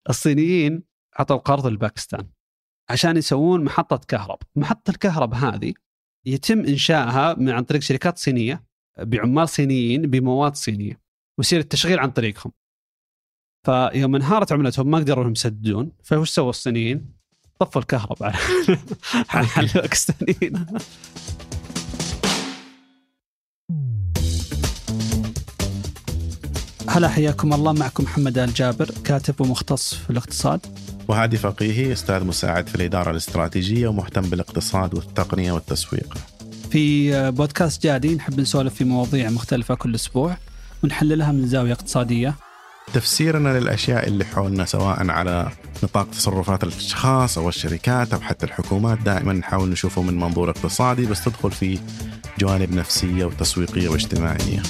الصينيين عطوا قرض لباكستان عشان يسوون محطة كهرب. محطة الكهرب هذه يتم إنشائها عن طريق شركات صينية بعمال صينيين بمواد صينية، ويصير التشغيل عن طريقهم. فيوم انهارت عملتهم ما قدروا انهم يسددون، فوش سووا الصينيين؟ طفوا الكهرب على الباكستانيين. هلا، حياكم الله. معكم محمد آل جابر، كاتب ومختص في الاقتصاد. وهادي فقيهي، أستاذ مساعد في الإدارة الاستراتيجية ومهتم بالاقتصاد والتقنية والتسويق. في بودكاست جادي نحب نسولف في مواضيع مختلفة كل أسبوع ونحللها من زاوية اقتصادية. تفسيرنا للأشياء اللي حولنا سواء على نطاق تصرفات الأشخاص أو الشركات أو حتى الحكومات دائما نحاول نشوفه من منظور اقتصادي، بس تدخل في جوانب نفسية وتسويقية واجتماعية.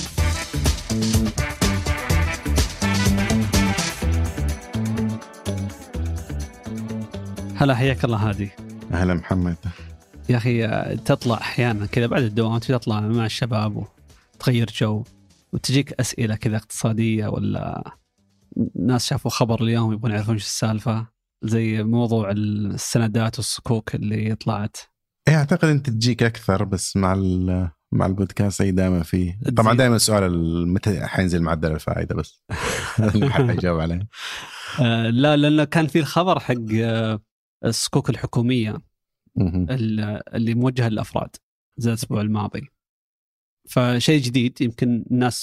هلا، حياك الله هادي. أهلا محمد. يا أخي تطلع أحيانا كذا بعد الدوام، تطلع مع الشباب وتغير جو وتجيك أسئلة كذا اقتصادية، ولا ناس شافوا خبر اليوم يبون يعرفون ايش السالفة، زي موضوع السندات والصكوك اللي طلعت. أعتقد أنت تجيك أكثر، بس مع البودكاست أي دائما فيه. طبعا دائما السؤال متى حينزل معدل الفائدة، بس ما حد يجاوب عليه. لا، لأن كان في الخبر حق الصكوك الحكومية اللي موجهة للأفراد زي الأسبوع الماضي، فشيء جديد يمكن الناس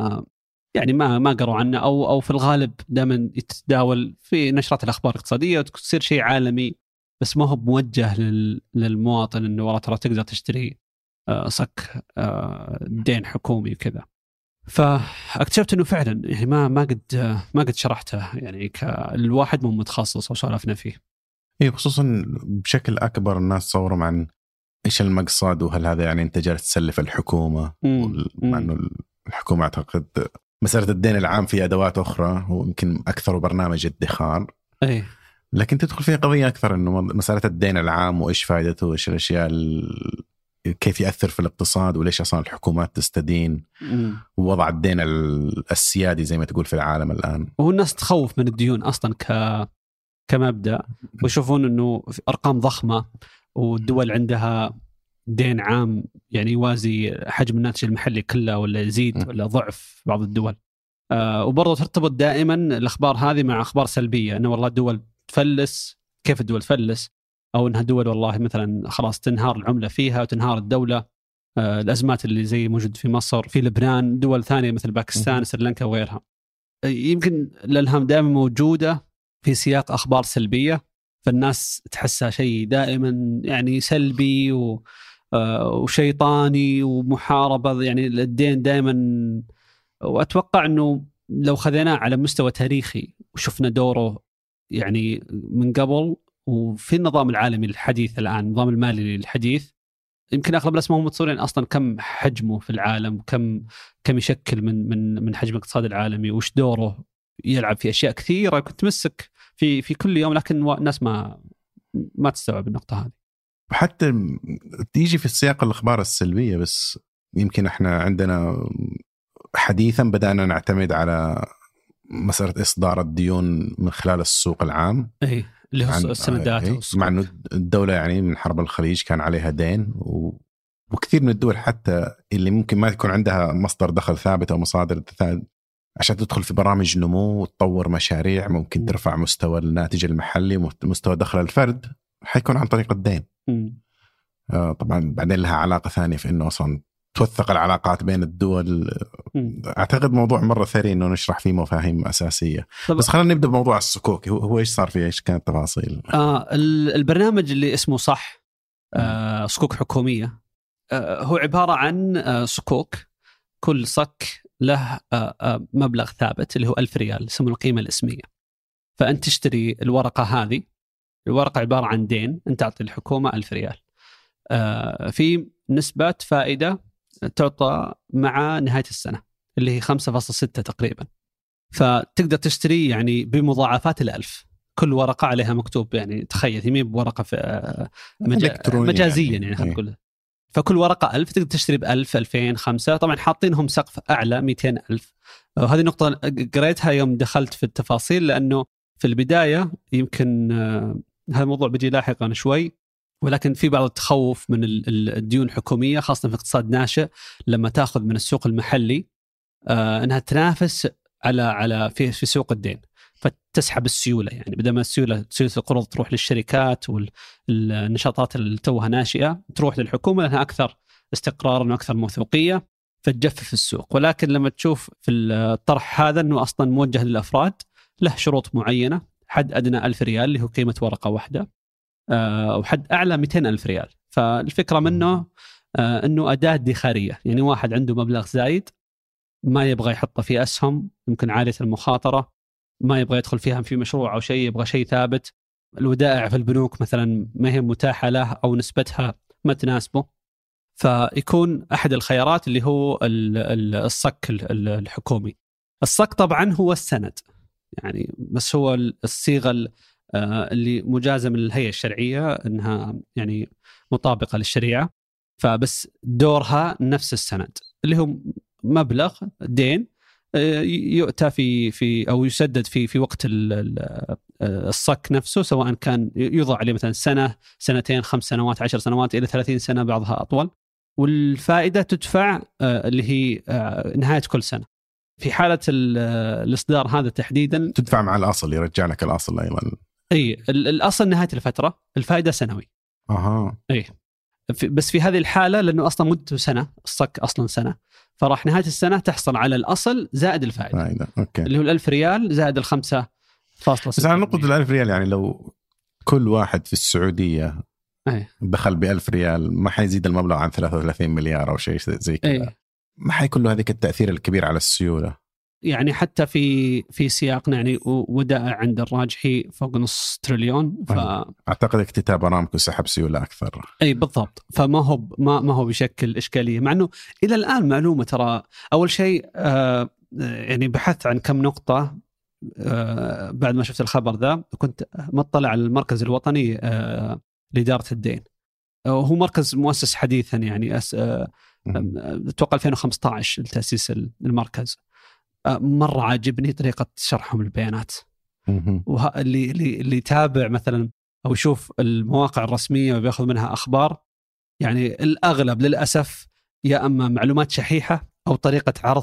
ما قروا عنه، أو في الغالب دائما يتداول في نشرات الأخبار الاقتصادية وتصير شيء عالمي، بس ما هو موجه للمواطن إنه والله ترى تقدر تشتري صك دين حكومي وكذا. فاكتشفت إنه فعلا يعني ما قد شرحته يعني كالواحد مو متخصص وسولفنا فيه. إيه، خصوصا بشكل أكبر الناس تصوروا عن إيش المقصد، وهل هذا يعني أنت جالس تسلف الحكومة، مع إنه الحكومة أعتقد مسألة الدين العام في أدوات أخرى ويمكن أكثر برنامج ادخار. أي. لكن تدخل فيها قضية أكثر إنه مسألة الدين العام وإيش فائدته وإيش الأشياء كيف يأثر في الاقتصاد، وليش أصلا الحكومات تستدين، ووضع الدين السيادي زي ما تقول في العالم الآن. وهو الناس تخوف من الديون أصلا كمبدأ، ويشوفون إنه أرقام ضخمة والدول عندها دين عام يعني يوازي حجم الناتج المحلي كله ولا يزيد ولا ضعف بعض الدول. وبرضه ترتبط دائما الأخبار هذه مع أخبار سلبية، أنه والله الدول تفلس. كيف الدول تفلس؟ أو أنها دول والله مثلا خلاص تنهار العملة فيها وتنهار الدولة. الأزمات اللي زي موجود في مصر، في لبنان، دول ثانية مثل باكستان، سريلانكا وغيرها. يمكن الإلهام دائما موجودة في سياق أخبار سلبية، فالناس تحسها شيء دائما يعني سلبي وشيطاني ومحاربة يعني الدين دائما. وأتوقع أنه لو خذيناه على مستوى تاريخي وشفنا دوره يعني من قبل وفي النظام العالمي الحديث الآن، النظام المالي الحديث، يمكن أغلب الناس ما هم متصورين أصلا كم حجمه في العالم، وكم حجم من حجم الاقتصاد العالمي، وش دوره يلعب في أشياء كثيرة كنت تمسك في كل يوم، لكن الناس ما تستوعب النقطة هذه. وحتى تيجي في السياق الأخبار السلبية، بس يمكن احنا عندنا حديثا بدأنا نعتمد على مسألة إصدار الديون من خلال السوق العام، اللي هو السندات. مع أنه الدولة يعني من حرب الخليج كان عليها دين، وكثير من الدول حتى اللي ممكن ما يكون عندها مصدر دخل ثابت أو مصادر ثابت، عشان تدخل في برامج نمو وتطور مشاريع ممكن ترفع مستوى الناتج المحلي ومستوى دخل الفرد، حيكون عن طريق الدين. طبعا بعدين لها علاقة ثانية في أنه أصلا توثق العلاقات بين الدول. أعتقد موضوع مرة ثري أنه نشرح فيه مفاهيم أساسية. بس خلينا نبدأ بموضوع الصكوك. هو إيش صار فيه؟ إيش كانت التفاصيل؟ البرنامج اللي اسمه صح صكوك حكومية، هو عبارة عن صكوك، كل صك له مبلغ ثابت اللي هو 1000 ريال، يسمونه القيمة الإسمية. فأنت تشتري الورقة هذه، الورقة عبارة عن دين، أنت تعطي الحكومة 1000 ريال، في نسبة فائدة تعطى مع نهاية السنة اللي هي 5.6 تقريبا. فتقدر تشتري يعني بمضاعفات 1000. كل ورقة عليها مكتوب، يعني تخيل هي بورقة مجازيا يعني خلينا نقول. فكل ورقة 1000 تقدر تشتري ب1000 2000 5. طبعا حاطينهم سقف أعلى 200,000. وهذه نقطة قريتها يوم دخلت في التفاصيل، لأنه في البداية يمكن هذا الموضوع بيجي لاحقا شوي، ولكن في بعض التخوف من الديون الحكومية خاصة في اقتصاد ناشئ لما تأخذ من السوق المحلي أنها تنافس على في سوق الدين، فتسحب السيولة. يعني بدل ما سيولة القروض تروح للشركات والنشاطات اللي توها ناشئة، تروح للحكومة لأنها أكثر استقرارا وأكثر موثوقية، فتجفف السوق. ولكن لما تشوف في الطرح هذا أنه أصلا موجه للأفراد، له شروط معينة، حد أدنى 1000 ريال اللي هو قيمة ورقة واحدة، وحد أعلى 200,000 ريال. فالفكرة منه أنه أداة ادخارية، يعني واحد عنده مبلغ زايد ما يبغى يحطه في أسهم يمكن عالية المخاطرة، ما يبغى يدخل فيها في مشروع أو شيء، يبغى شيء ثابت. الودائع في البنوك مثلا ما هي متاحة له أو نسبتها ما تناسبه، فيكون أحد الخيارات اللي هو الصك الحكومي. الصك طبعا هو السند يعني، بس هو الصيغة اللي مجازة من الهيئة الشرعية أنها يعني مطابقة للشريعة، فبس دورها نفس السند اللي هو مبلغ دين يؤتى في أو يسدد في وقت الصك نفسه، سواء كان يوضع عليه مثلا سنة، سنتين، 5 سنوات، 10 سنوات، إلى 30 سنة بعضها أطول. والفائدة تدفع اللي هي نهاية كل سنة. في حالة الإصدار هذا تحديدا تدفع مع الأصل، يرجع لك الأصل أيضا. أي الأصل نهاية الفترة، الفائدة سنوي. أي بس في هذه الحالة لأنه أصلا مدته سنة، الصك أصلا سنة، فراح نهاية السنة تحصل على الأصل زائد الفائدة. أوكي. اللي هو 1000 ريال زائد 5.6. بس على نقطة 1000 ريال، يعني لو كل واحد في السعودية دخل ب1000 ريال ما حيزيد المبلغ عن 33 مليار أو شيء زي كذا. ما حيكون له هذيك التأثير الكبير على السيولة. يعني حتى في سياقنا يعني ودائع عند الراجحي فوق نص تريليون. أعتقد اكتتاب أرامكو سحب سيولة أكثر. أي بالضبط. فما هو ما هو بشكل إشكالية، مع أنه إلى الآن معلومة ترى. أول شيء يعني بحثت عن كم نقطة بعد ما شفت الخبر ذا، كنت مطلع على المركز الوطني لإدارة الدين. هو مركز مؤسس حديثا يعني أتوقع 2015 لتأسيس المركز. مرة عاجبني طريقة شرحهم البيانات، اللي يتابع مثلا أو يشوف المواقع الرسمية وبيأخذ منها أخبار، يعني الأغلب للأسف يا أما معلومات شحيحة أو طريقة عرض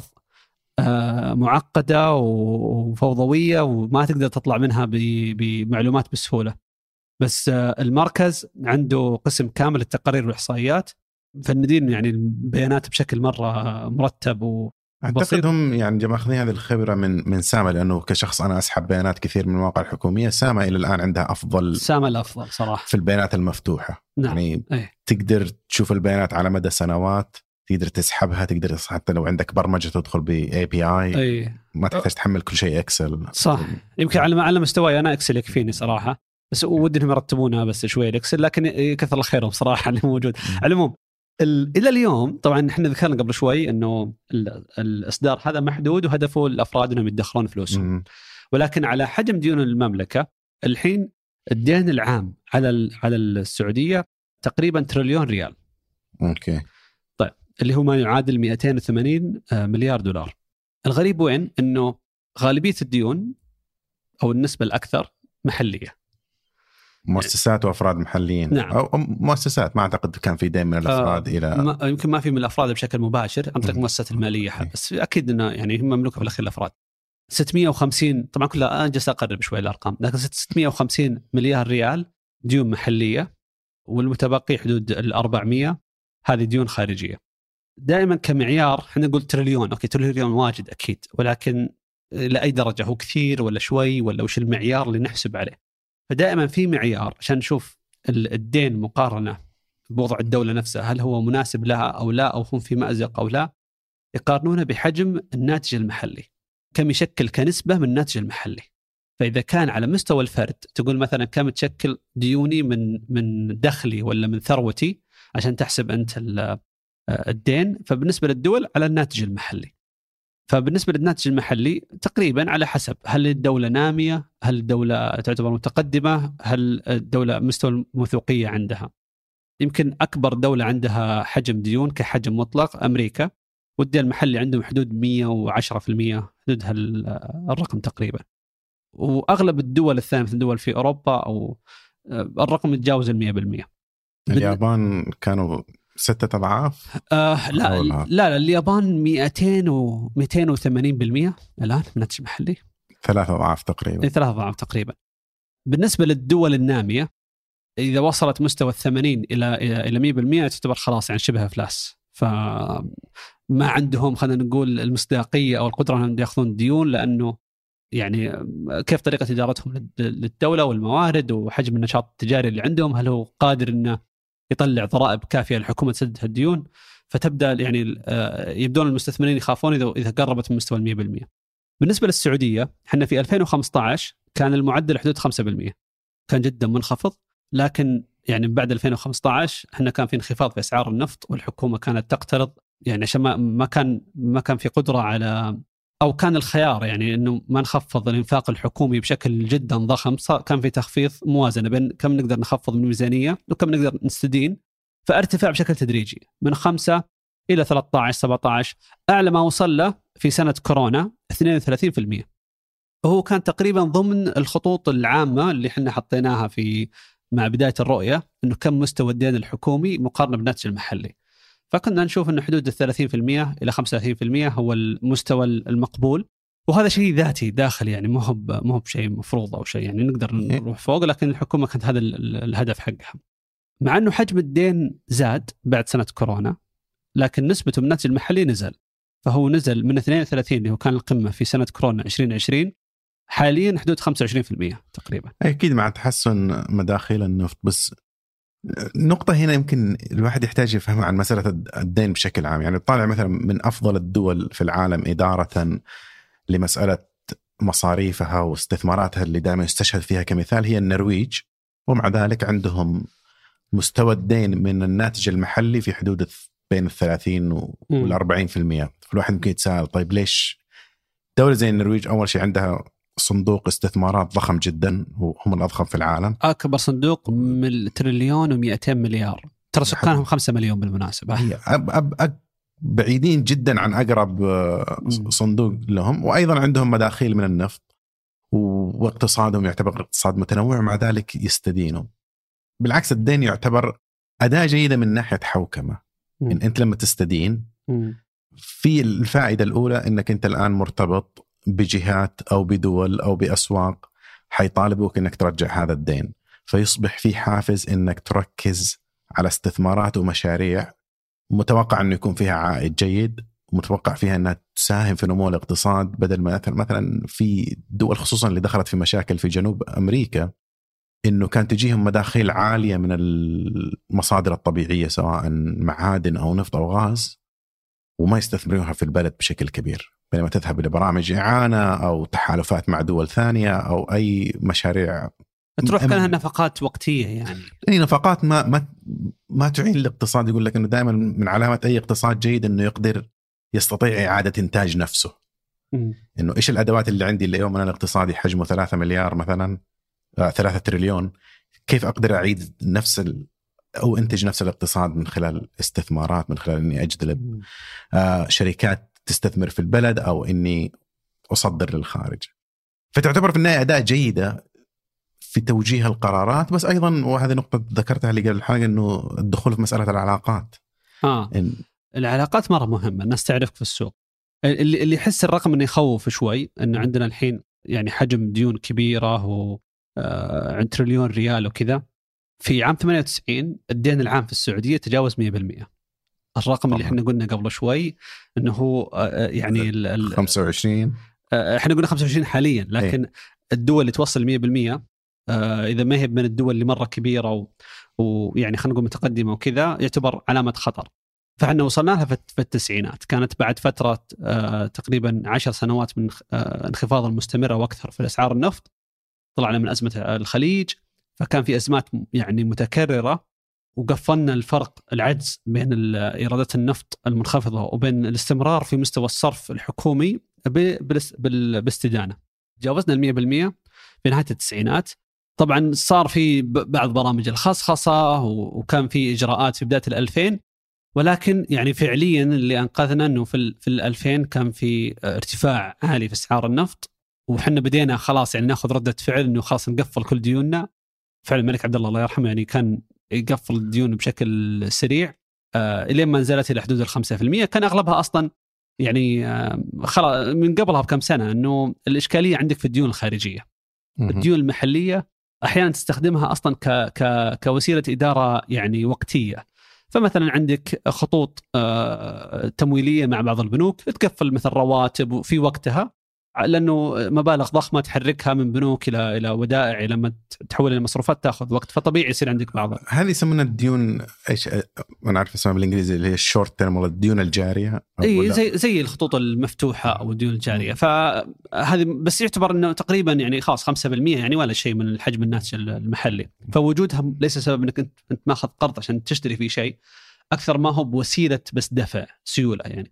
معقدة وفوضوية وما تقدر تطلع منها بمعلومات بسهولة. بس المركز عنده قسم كامل للتقارير والإحصائيات، فندين يعني البيانات بشكل مرة مرتب أعتقد هم يعني ماخذين هذه الخبرة من سامة، لأنه كشخص أنا أسحب بيانات كثير من المواقع الحكومية. سامة إلى الآن عندها سامة الأفضل صراحة في البيانات المفتوحة. نعم. يعني تقدر تشوف البيانات على مدى سنوات، تقدر تسحبها، تقدر حتى لو عندك برمجة تدخل API ما تحتاج تحمل كل شيء إكسل. صح. يمكن على مستواي أنا إكسل يكفيني صراحة، بس ودي انهم يرتبونها بس شويه الإكسل، لكن كثر الله خيرهم صراحه اللي موجود. على العموم الى اليوم طبعا احنا ذكرنا قبل شوي انه الاصدار هذا محدود وهدفه الافراد انهم يدخرون فلوسهم، ولكن على حجم ديون المملكه الحين الدين العام على السعوديه تقريبا تريليون ريال. اوكي. طيب اللي هو ما يعادل 280 مليار دولار. الغريب وين انه غالبيه الديون او النسبه الاكثر محليه، مؤسسات وافراد محليين. نعم. او مؤسسات، ما اعتقد كان في دين من الافراد الى يمكن ما في من الافراد بشكل مباشر عن طريق المؤسسات الماليه، بس اكيد انه يعني هم مملوكه في الاخير الافراد. 650 طبعا كلها انا جالس اقرب شوي الارقام، لكن 650 مليار ريال ديون محليه، والمتبقي حدود 400 هذه ديون خارجيه. دائما كمعيار احنا نقول تريليون، اوكي تريليون واجد اكيد، ولكن لاي درجه هو كثير ولا شوي ولا وش المعيار اللي نحسب عليه؟ فدائما في معيار عشان نشوف الدين مقارنة بوضع الدولة نفسها، هل هو مناسب لها أو لا، أو هم في مأزق أو لا. يقارنونه بحجم الناتج المحلي، كم يشكل كنسبة من الناتج المحلي. فإذا كان على مستوى الفرد تقول مثلا كم تشكل ديوني من دخلي ولا من ثروتي عشان تحسب أنت الدين، فبالنسبة للدول على الناتج المحلي. فبالنسبة للناتج المحلي تقريبا على حسب هل الدولة نامية، هل الدولة تعتبر متقدمة، هل الدولة مستوى الموثوقية عندها. يمكن أكبر دولة عندها حجم ديون كحجم مطلق أمريكا، والدين المحلي عندهم حدود 110%، حدود الرقم تقريبا. واغلب الدول الثانيه مثل الدول في اوروبا او الرقم يتجاوز 100%. اليابان كانوا 6 أضعاف. لا اليابان 200 و 280% الان من الناتج المحلي، 3 أضعاف تقريبا. 3 أضعاف تقريبا. بالنسبه للدول الناميه اذا وصلت مستوى 80 الى 100% تعتبر خلاص يعني شبه افلاس، فما عندهم خلينا نقول المصداقيه او القدره انهم ياخذون ديون، لانه يعني كيف طريقه ادارتهم للدوله والموارد وحجم النشاط التجاري اللي عندهم، هل هو قادر انه يطلع ضرائب كافيه للحكومه تسدد الديون، فتبدا يعني يبدون المستثمرين يخافون اذا قربت من مستوى 100%. بالنسبه للسعوديه احنا في 2015 كان المعدل حدود 5%، كان جدا منخفض، لكن يعني بعد 2015 احنا كان في انخفاض في اسعار النفط والحكومه كانت تقترض، يعني عشان ما كان في قدره على، او كان الخيار يعني انه ما نخفض الانفاق الحكومي بشكل جدا ضخم، كان في تخفيض موازنه بين كم نقدر نخفض من الميزانيه وكم نقدر نستدين، فارتفاع بشكل تدريجي من 5 الى 13 17، اعلى ما وصل له في سنه كورونا 32%. وهو كان تقريبا ضمن الخطوط العامه اللي احنا حطيناها في مع بدايه الرؤيه، انه كم مستوى الدين الحكومي مقارنه بالناتج المحلي، فكنا نشوف انه حدود 30% الى 35% هو المستوى المقبول، وهذا شيء ذاتي داخلي يعني مو هو بشيء مفروض او شيء يعني نقدر نروح فوق، لكن الحكومه كانت هذا الهدف حقها. مع انه حجم الدين زاد بعد سنه كورونا، لكن نسبته من الناتج المحلي نزل، فهو نزل من 32 اللي هو كان القمه في سنه كورونا 2020 حاليا حدود 25% تقريبا. اكيد مع تحسن مداخيل النفط. بس نقطة هنا يمكن الواحد يحتاج يفهم عن مسألة الدين بشكل عام. يعني طالع مثلا من أفضل الدول في العالم إدارة لمسألة مصاريفها واستثماراتها اللي دائما يستشهد فيها كمثال هي النرويج، ومع ذلك عندهم مستوى الدين من الناتج المحلي في حدود بين 30 وال40%. فالواحد ممكن يتساءل طيب ليش دولة زي النرويج أول شيء عندها صندوق استثمارات ضخم جدا، هم الأضخم في العالم، أكبر صندوق من تريليون و200 مليار، ترى سكانهم 5 مليون بالمناسبة. هي بعيدين جدا عن أقرب صندوق لهم، وأيضا عندهم مداخيل من النفط واقتصادهم يعتبر اقتصاد متنوع، مع ذلك يستدينوا. بالعكس الدين يعتبر أداة جيدة من ناحية حوكمة. إن أنت لما تستدين في الفائدة الأولى أنك أنت الآن مرتبط بجهات أو بدول أو بأسواق حيطالبوك أنك ترجع هذا الدين، فيصبح في حافز أنك تركز على استثمارات ومشاريع متوقع أنه يكون فيها عائد جيد، ومتوقع فيها أنها تساهم في نمو الاقتصاد، بدل ما مثلا في دول خصوصا اللي دخلت في مشاكل في جنوب أمريكا إنه كان تجيهم مداخيل عالية من المصادر الطبيعية سواء معادن أو نفط أو غاز، وما يستثمرونها في البلد بشكل كبير، بينما تذهب لبرامج إعانة أو تحالفات مع دول ثانية أو أي مشاريع تروح كانها نفقات وقتية. يعني نفقات ما تعين الاقتصاد. يقول لك إنه دائما من علامات أي اقتصاد جيد إنه يقدر يستطيع إعادة إنتاج نفسه. إنه إيش الأدوات اللي عندي اليوم أنا الاقتصادي حجمه 3 مليار مثلا 3 تريليون، كيف أقدر أعيد أو أنتج نفس الاقتصاد من خلال استثمارات، من خلال إني أجذب شركات تستثمر في البلد أو إني أصدر للخارج. فتعتبر في النهاية أداة جيدة في توجيه القرارات. بس أيضا وهذه نقطة ذكرتها اللي قبل الحلقة إنه الدخول في مسألة العلاقات. العلاقات مرة مهمة، الناس تعرفك في السوق. اللي يحس الرقم إنه يخوف شوي، إنه عندنا الحين يعني حجم ديون كبيرة عند تريليون ريال وكذا. في عام 98 الدين العام في السعودية تجاوز 100%. الرقم اللي احنا قلنا قبل شوي انه هو يعني 25 احنا قلنا 25 حاليا، لكن الدول اللي توصل 100% اذا ما هي من الدول اللي مره كبيره ويعني خلينا نقول متقدمه وكذا يعتبر علامه خطر. فاحنا وصلنا لها في التسعينات، كانت بعد فتره تقريبا 10 سنوات من انخفاض المستمر واكثر في الاسعار النفط. طلعنا من ازمه الخليج، فكان في ازمات يعني متكرره، وقفلنا الفرق العجز بين ايرادات النفط المنخفضه وبين الاستمرار في مستوى الصرف الحكومي باستدانه. تجاوزنا 100% في نهايه التسعينات. طبعا صار في بعض برامج الخصخصه وكان في اجراءات في بدايه 2000، ولكن يعني فعليا اللي انقذنا انه في 2000 كان في ارتفاع عالي في اسعار النفط، وحنا بدينا خلاص يعني ناخذ ردة فعل انه خلاص نقفل كل ديوننا. فعلا الملك عبد الله يرحمه يعني كان يقفل الديون بشكل سريع الين ما نزلت الى حدود 5%. كان اغلبها اصلا يعني خلاص من قبلها بكم سنه. انه الاشكاليه عندك في الديون الخارجيه. الديون المحليه احيانا تستخدمها اصلا كوسيله اداره يعني وقتيه. فمثلا عندك خطوط تمويليه مع بعض البنوك تكفل مثل رواتب في وقتها، لانه مبالغ ضخمه تحركها من بنوك الى ودائع، لما تحول الى مصروفات تاخذ وقت، فطبيعي يصير عندك بعض. هذه يسمونها الديون ايش انا عارف اسمها بالانجليزي اللي هي الشورت تيرم ولا الديون الجاريه. اي زي الخطوط المفتوحه او الديون الجاريه. فهذه بس يعتبر انه تقريبا يعني خلاص 5% يعني ولا شيء من الحجم الناتج المحلي. فوجودها ليس سبب انك انت ماخذ قرض عشان تشتري فيه شيء، اكثر ما هو بوسيله بس دفع سيوله يعني.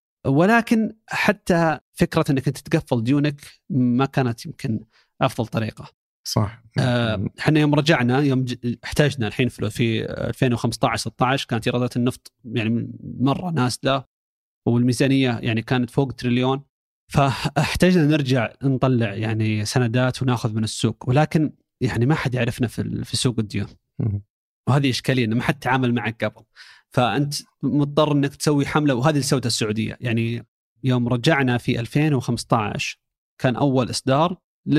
ولكن حتى فكرة أنك أنت تقفل ديونك ما كانت يمكن أفضل طريقة. صح. احنا يوم رجعنا، يوم احتاجنا الحين في 2015-16 كانت إيرادات النفط يعني مرة نازلة، والميزانية يعني كانت فوق تريليون. فاحتاجنا نرجع نطلع يعني سندات وناخذ من السوق، ولكن يعني ما حد يعرفنا في سوق الديون. وهذه إشكالية إنه ما حد تعامل معك قبل، فأنت مضطر أنك تسوي حملة. وهذه اللي سوتها السعودية. يعني يوم رجعنا في 2015 كان أول إصدار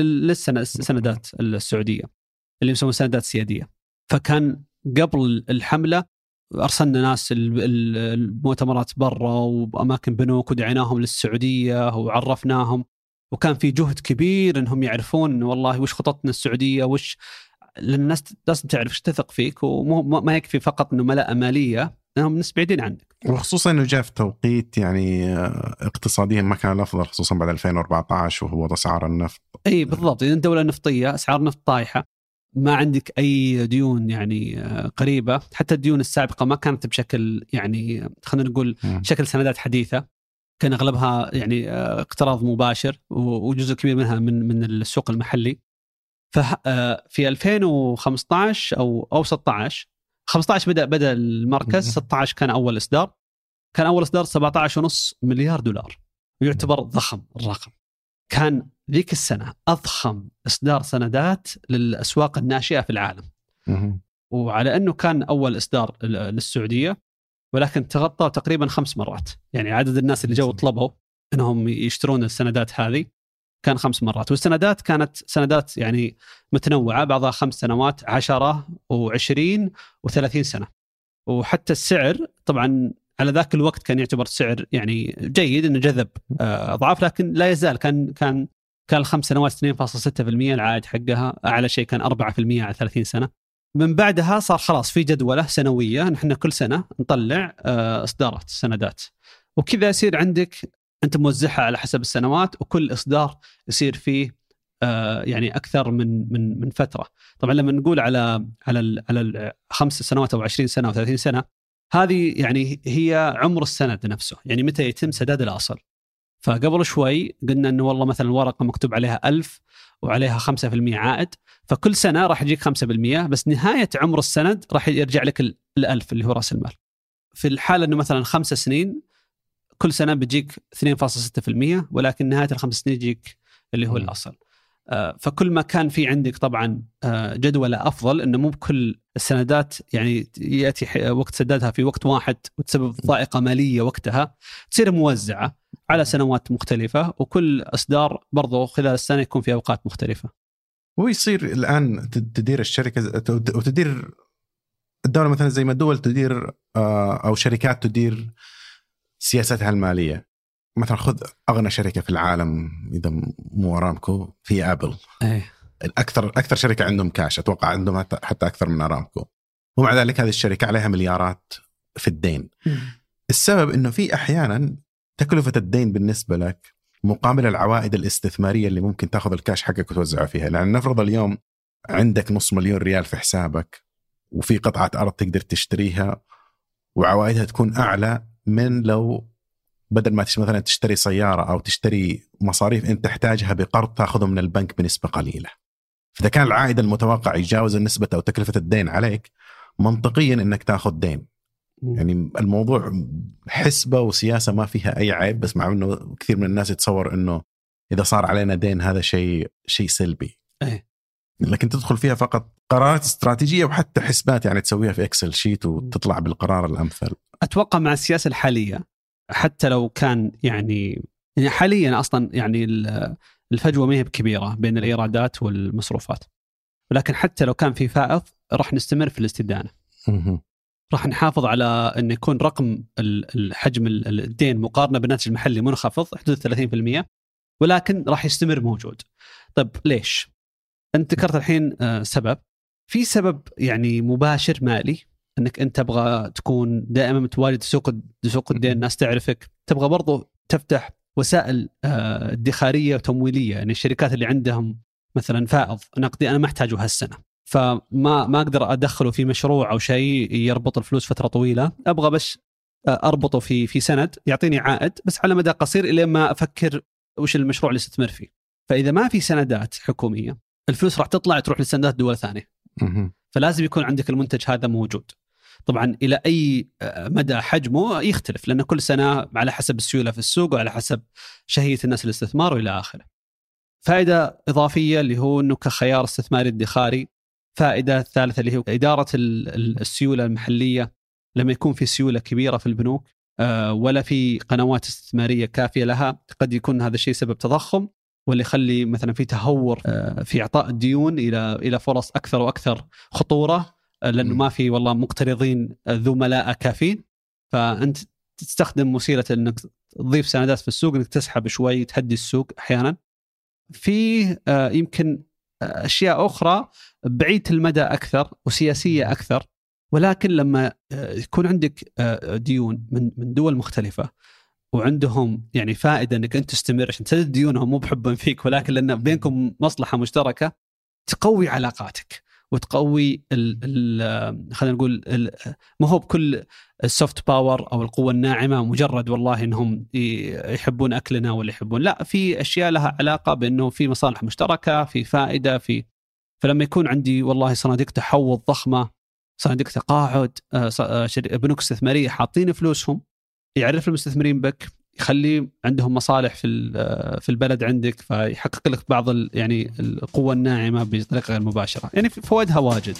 للسندات السعودية اللي يسمونها سندات سيادية. فكان قبل الحملة أرسلنا ناس المؤتمرات برا وأماكن بنوك ودعيناهم للسعودية وعرفناهم، وكان في جهد كبير أنهم يعرفون والله وش خططنا السعودية وش. للناس لازم تعرف ايش تثق فيك، وما يكفي فقط انه ملاءه ماليه، لانهم ناس بعيدين عنك. وخصوصا انه جاء في توقيت يعني اقتصاديا ما كان الافضل، خصوصا بعد 2014 وهو اسعار النفط. اي بالضبط، اذا الدوله نفطيه اسعار النفط طايحه، ما عندك اي ديون يعني قريبه. حتى الديون السابقه ما كانت بشكل يعني خلينا نقول شكل سندات حديثه، كان اغلبها يعني اقتراض مباشر، وجزء كبير منها من السوق المحلي. ففي 2015 أو 16 بدأ المركز. 16 كان أول إصدار. كان أول إصدار 17.5 مليار دولار، ويعتبر ضخم الرقم. كان ذيك السنة أضخم إصدار سندات للأسواق الناشئة في العالم. وعلى أنه كان أول إصدار للسعودية، ولكن تغطى تقريبا 5 مرات. يعني عدد الناس اللي جو طلبوا أنهم يشترون السندات هذه كان 5 مرات. والسندات كانت سندات يعني متنوعة، بعضها 5 سنوات 10 و20 و30 سنة. وحتى السعر طبعا على ذاك الوقت كان يعتبر سعر يعني جيد، انه جذب اضعاف، لكن لا يزال كان 5 سنوات 2.6% العائد حقها، اعلى شيء كان 4% على 30 سنة. من بعدها صار خلاص في جدولة سنوية، نحن كل سنة نطلع اصدارات سندات، وكذا يصير عندك أنت موزعها على حسب السنوات، وكل إصدار يصير فيه يعني أكثر من فترة. طبعا لما نقول على 5 سنوات أو 20 سنة أو 30 سنة، هذه يعني هي عمر السند نفسه، يعني متى يتم سداد الأصل. فقبل شوي قلنا أنه والله مثلا الورقة مكتوب عليها 1000 وعليها 5% عائد، فكل سنة راح يجيك 5%، بس نهاية عمر السند راح يرجع لك 1000 اللي هو رأس المال. في الحالة أنه مثلا 5 سنين كل سنة بيجيك 2.6%، ولكن نهاية ال5 سنين يجيك اللي هو الأصل. فكل ما كان في عندك طبعا جدولة أفضل، إنه مو بكل السندات يعني يأتي وقت سدادها في وقت واحد وتسبب ضائقة مالية وقتها، تصير موزعة على سنوات مختلفة، وكل إصدار برضو خلال السنة يكون في أوقات مختلفة. ويصير الآن تدير الشركة وتدير الدولة مثلا زي ما الدول تدير أو شركات تدير سياستها المالية. مثلا خذ أغنى شركة في العالم إذا مو أرامكو، في أبل. أكثر شركة عندهم كاش، أتوقع عندهم حتى أكثر من أرامكو، ومع ذلك هذه الشركة عليها مليارات في الدين. السبب إنه في أحيانا تكلفة الدين بالنسبة لك مقابل العوائد الاستثمارية اللي ممكن تأخذ الكاش حقك وتوزعه فيها. لأن نفرض اليوم عندك 500,000 ريال في حسابك، وفي قطعة أرض تقدر تشتريها وعوائدها تكون أعلى من لو بدل ما مثلا تشتري سيارة أو تشتري مصاريف أنت تحتاجها بقرض تأخذه من البنك بنسبة قليلة. فإذا كان العائد المتوقع يجاوز النسبة أو تكلفة الدين عليك، منطقيا أنك تأخذ دين. يعني الموضوع حسبة وسياسة ما فيها أي عيب، بس مع أنه كثير من الناس يتصور أنه إذا صار علينا دين هذا شيء سلبي. إيه. لكن تدخل فيها فقط قرارات استراتيجية وحتى حسبات يعني تسويها في إكسل شيت وتطلع بالقرار الأمثل. أتوقع مع السياسة الحالية حتى لو كان يعني حاليا أصلا يعني الفجوة ما هي كبيرة بين الإيرادات والمصروفات، ولكن حتى لو كان في فائض راح نستمر في الاستدانة. راح نحافظ على أن يكون رقم الحجم الدين مقارنة بالناتج المحلي منخفض حدود 30%، ولكن راح يستمر موجود. طيب ليش؟ أنت ذكرت الحين سبب. في سبب يعني مباشر مالي، أنك أنت تبغى تكون دائما متواجد سوق الدين، الناس تعرفك. تبغى برضو تفتح وسائل ادخارية وتمويلية، يعني الشركات اللي عندهم مثلا فائض نقدي أنا ما أحتاجه هالسنة، فما أقدر أدخله في مشروع أو شيء يربط الفلوس فترة طويلة، أبغى بس أربطه في سند يعطيني عائد بس على مدى قصير إلى ما أفكر وش المشروع اللي استثمر فيه. فإذا ما في سندات حكومية الفلوس راح تطلع تروح لسندات دول ثانية. فلازم يكون عندك المنتج هذا موجود. طبعا إلى أي مدى حجمه يختلف، لأن كل سنة على حسب السيولة في السوق وعلى حسب شهية الناس الاستثمار وإلى آخره. فائدة إضافية اللي هو أنه كخيار استثماري ادخاري. فائدة الثالثة اللي هو إدارة السيولة المحلية. لما يكون في سيولة كبيرة في البنوك ولا في قنوات استثمارية كافية لها، قد يكون هذا الشيء سبب تضخم، واللي يخلي مثلا في تهور في إعطاء الديون إلى فرص أكثر وأكثر خطورة، لأنه ما في والله مقترضين ذو ملاءة كافين. فأنت تستخدم وسيلة أنك تضيف سندات في السوق، أنك تسحب شوي تهدي السوق أحيانا. في يمكن أشياء أخرى بعيدة المدى أكثر وسياسية أكثر، ولكن لما يكون عندك ديون من دول مختلفة وعندهم يعني فائدة أنك أنت تستمر عشان تسدد ديونهم، مو بحبا فيك ولكن لأن بينكم مصلحة مشتركة، تقوي علاقاتك وتقوي خلينا نقول ما هو بكل السوفت باور أو القوة الناعمة مجرد والله إنهم يحبون أكلنا ولا يحبون، لا، في أشياء لها علاقة بأنه في مصالح مشتركة، في فائدة، فلما يكون عندي والله صناديق تحوط ضخمة، صناديق تقاعد، بنوك استثمارية حاطين فلوسهم، يعرف المستثمرين بك، يخلي عندهم مصالح في البلد عندك، فيحقق لك بعض يعني القوة الناعمة بطريقة غير مباشرة. يعني فوائدها واجد.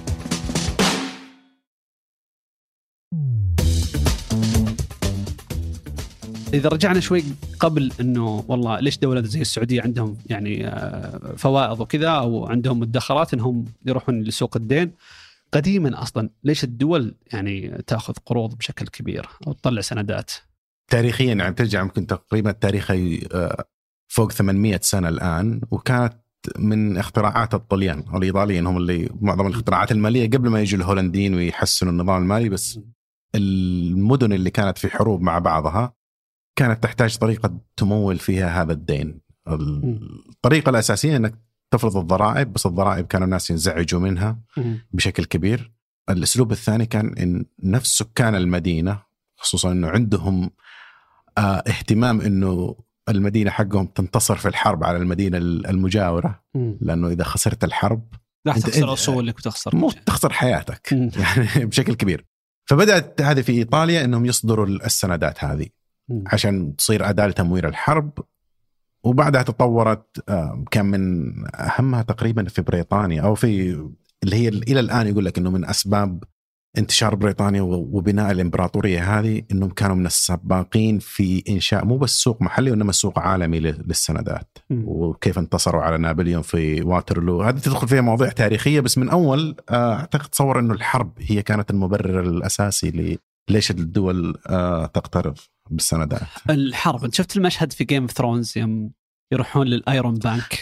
إذا رجعنا شوي قبل إنه والله ليش دولة زي السعودية عندهم يعني فوائد وكذا أو عندهم مدخرات إنهم يروحون لسوق الدين، قديما أصلا ليش الدول يعني تأخذ قروض بشكل كبير أو تطلع سندات؟ تاريخيا يعني ترجع يمكن تقريبا تاريخي فوق 800 سنة الآن، وكانت من اختراعات الطليان أو الإيطاليين، هم اللي معظم الاختراعات المالية قبل ما يجوا الهولنديين ويحسنوا النظام المالي. بس المدن اللي كانت في حروب مع بعضها كانت تحتاج طريقة تمول فيها هذا الدين. الطريقة الأساسية أنك تفرض الضرائب، بس الضرائب كانوا الناس ينزعجوا منها بشكل كبير. الأسلوب الثاني كان إن نفس سكان المدينة، خصوصا أنه عندهم اهتمام أنه المدينة حقهم تنتصر في الحرب على المدينة المجاورة، لأنه إذا خسرت الحرب راح تخسر أصولك وتخسر مو تخسر حياتك يعني بشكل كبير. فبدأت هذه في إيطاليا أنهم يصدروا السندات هذه عشان تصير أداة تمويل الحرب، وبعدها تطورت. كان من أهمها تقريبا في بريطانيا، أو في اللي هي إلى الآن يقول لك أنه من أسباب انتشار بريطانيا وبناء الإمبراطورية هذه أنهم كانوا من السباقين في إنشاء مو بس سوق محلي وإنما سوق عالمي للسندات، وكيف انتصروا على نابليون في واترلو. هذه تدخل فيها مواضيع تاريخية، بس من أول أعتقد تصور أنه الحرب هي كانت المبرر الأساسي ليش الدول تقترض بالسندات. الحرب، انت شفت المشهد في جيم اوف ثرونز يوم يروحون للآيرون بانك؟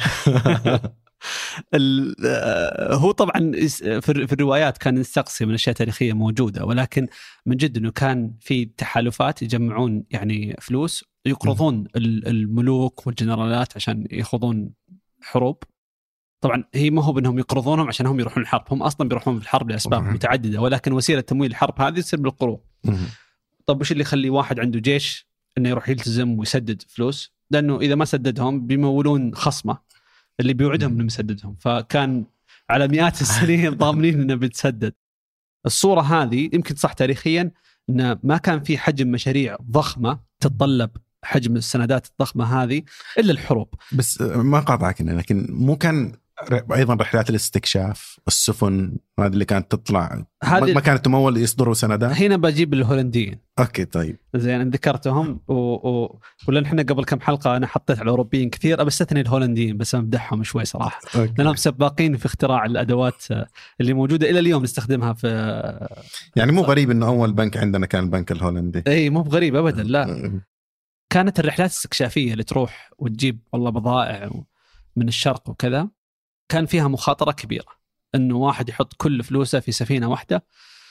هو طبعا في الروايات كان يستقصي من أشياء تاريخية موجودة، ولكن من جد أنه كان في تحالفات يجمعون يعني فلوس يقرضون الملوك والجنرالات عشان يخوضون حروب. طبعا هي ما هو بأنهم يقرضونهم عشان هم يروحون الحرب، هم أصلا بيروحون في الحرب لأسباب متعددة، ولكن وسيلة تمويل الحرب هذه تصير بالقروض. طب وش اللي يخلي واحد عنده جيش إنه يروح يلتزم ويسدد فلوس؟ لأنه إذا ما سددهم بيمولون خصمه اللي بيوعدهم إنه مسددهم، فكان على مئات السنين ضامنين إنه بتسدد. الصورة هذه يمكن صح تاريخيا إنه ما كان في حجم مشاريع ضخمة تتطلب حجم السندات الضخمة هذه إلا الحروب. بس ما قاطعك، لكن مو كان أيضا رحلات الاستكشاف، السفن هذه اللي كانت تطلع ما كانت تمول يصدروا سندات؟ هنا بجيب الهولنديين. أوكي طيب زين ذكرتهم ولأن احنا قبل كم حلقة أنا حطيت على الأوروبيين كثير، أبستثني الهولنديين بس أمدحهم شوي صراحة لأنهم سباقين في اختراع الأدوات اللي موجودة إلى اليوم نستخدمها في يعني مو غريب إنه أول بنك عندنا كان البنك الهولندي. أي مو بغريب أبدا، لا. كانت الرحلات الاستكشافية اللي تروح وتجيب والله بضائع من الشرق وكذا كان فيها مخاطرة كبيرة، إنه واحد يحط كل فلوسه في سفينة واحدة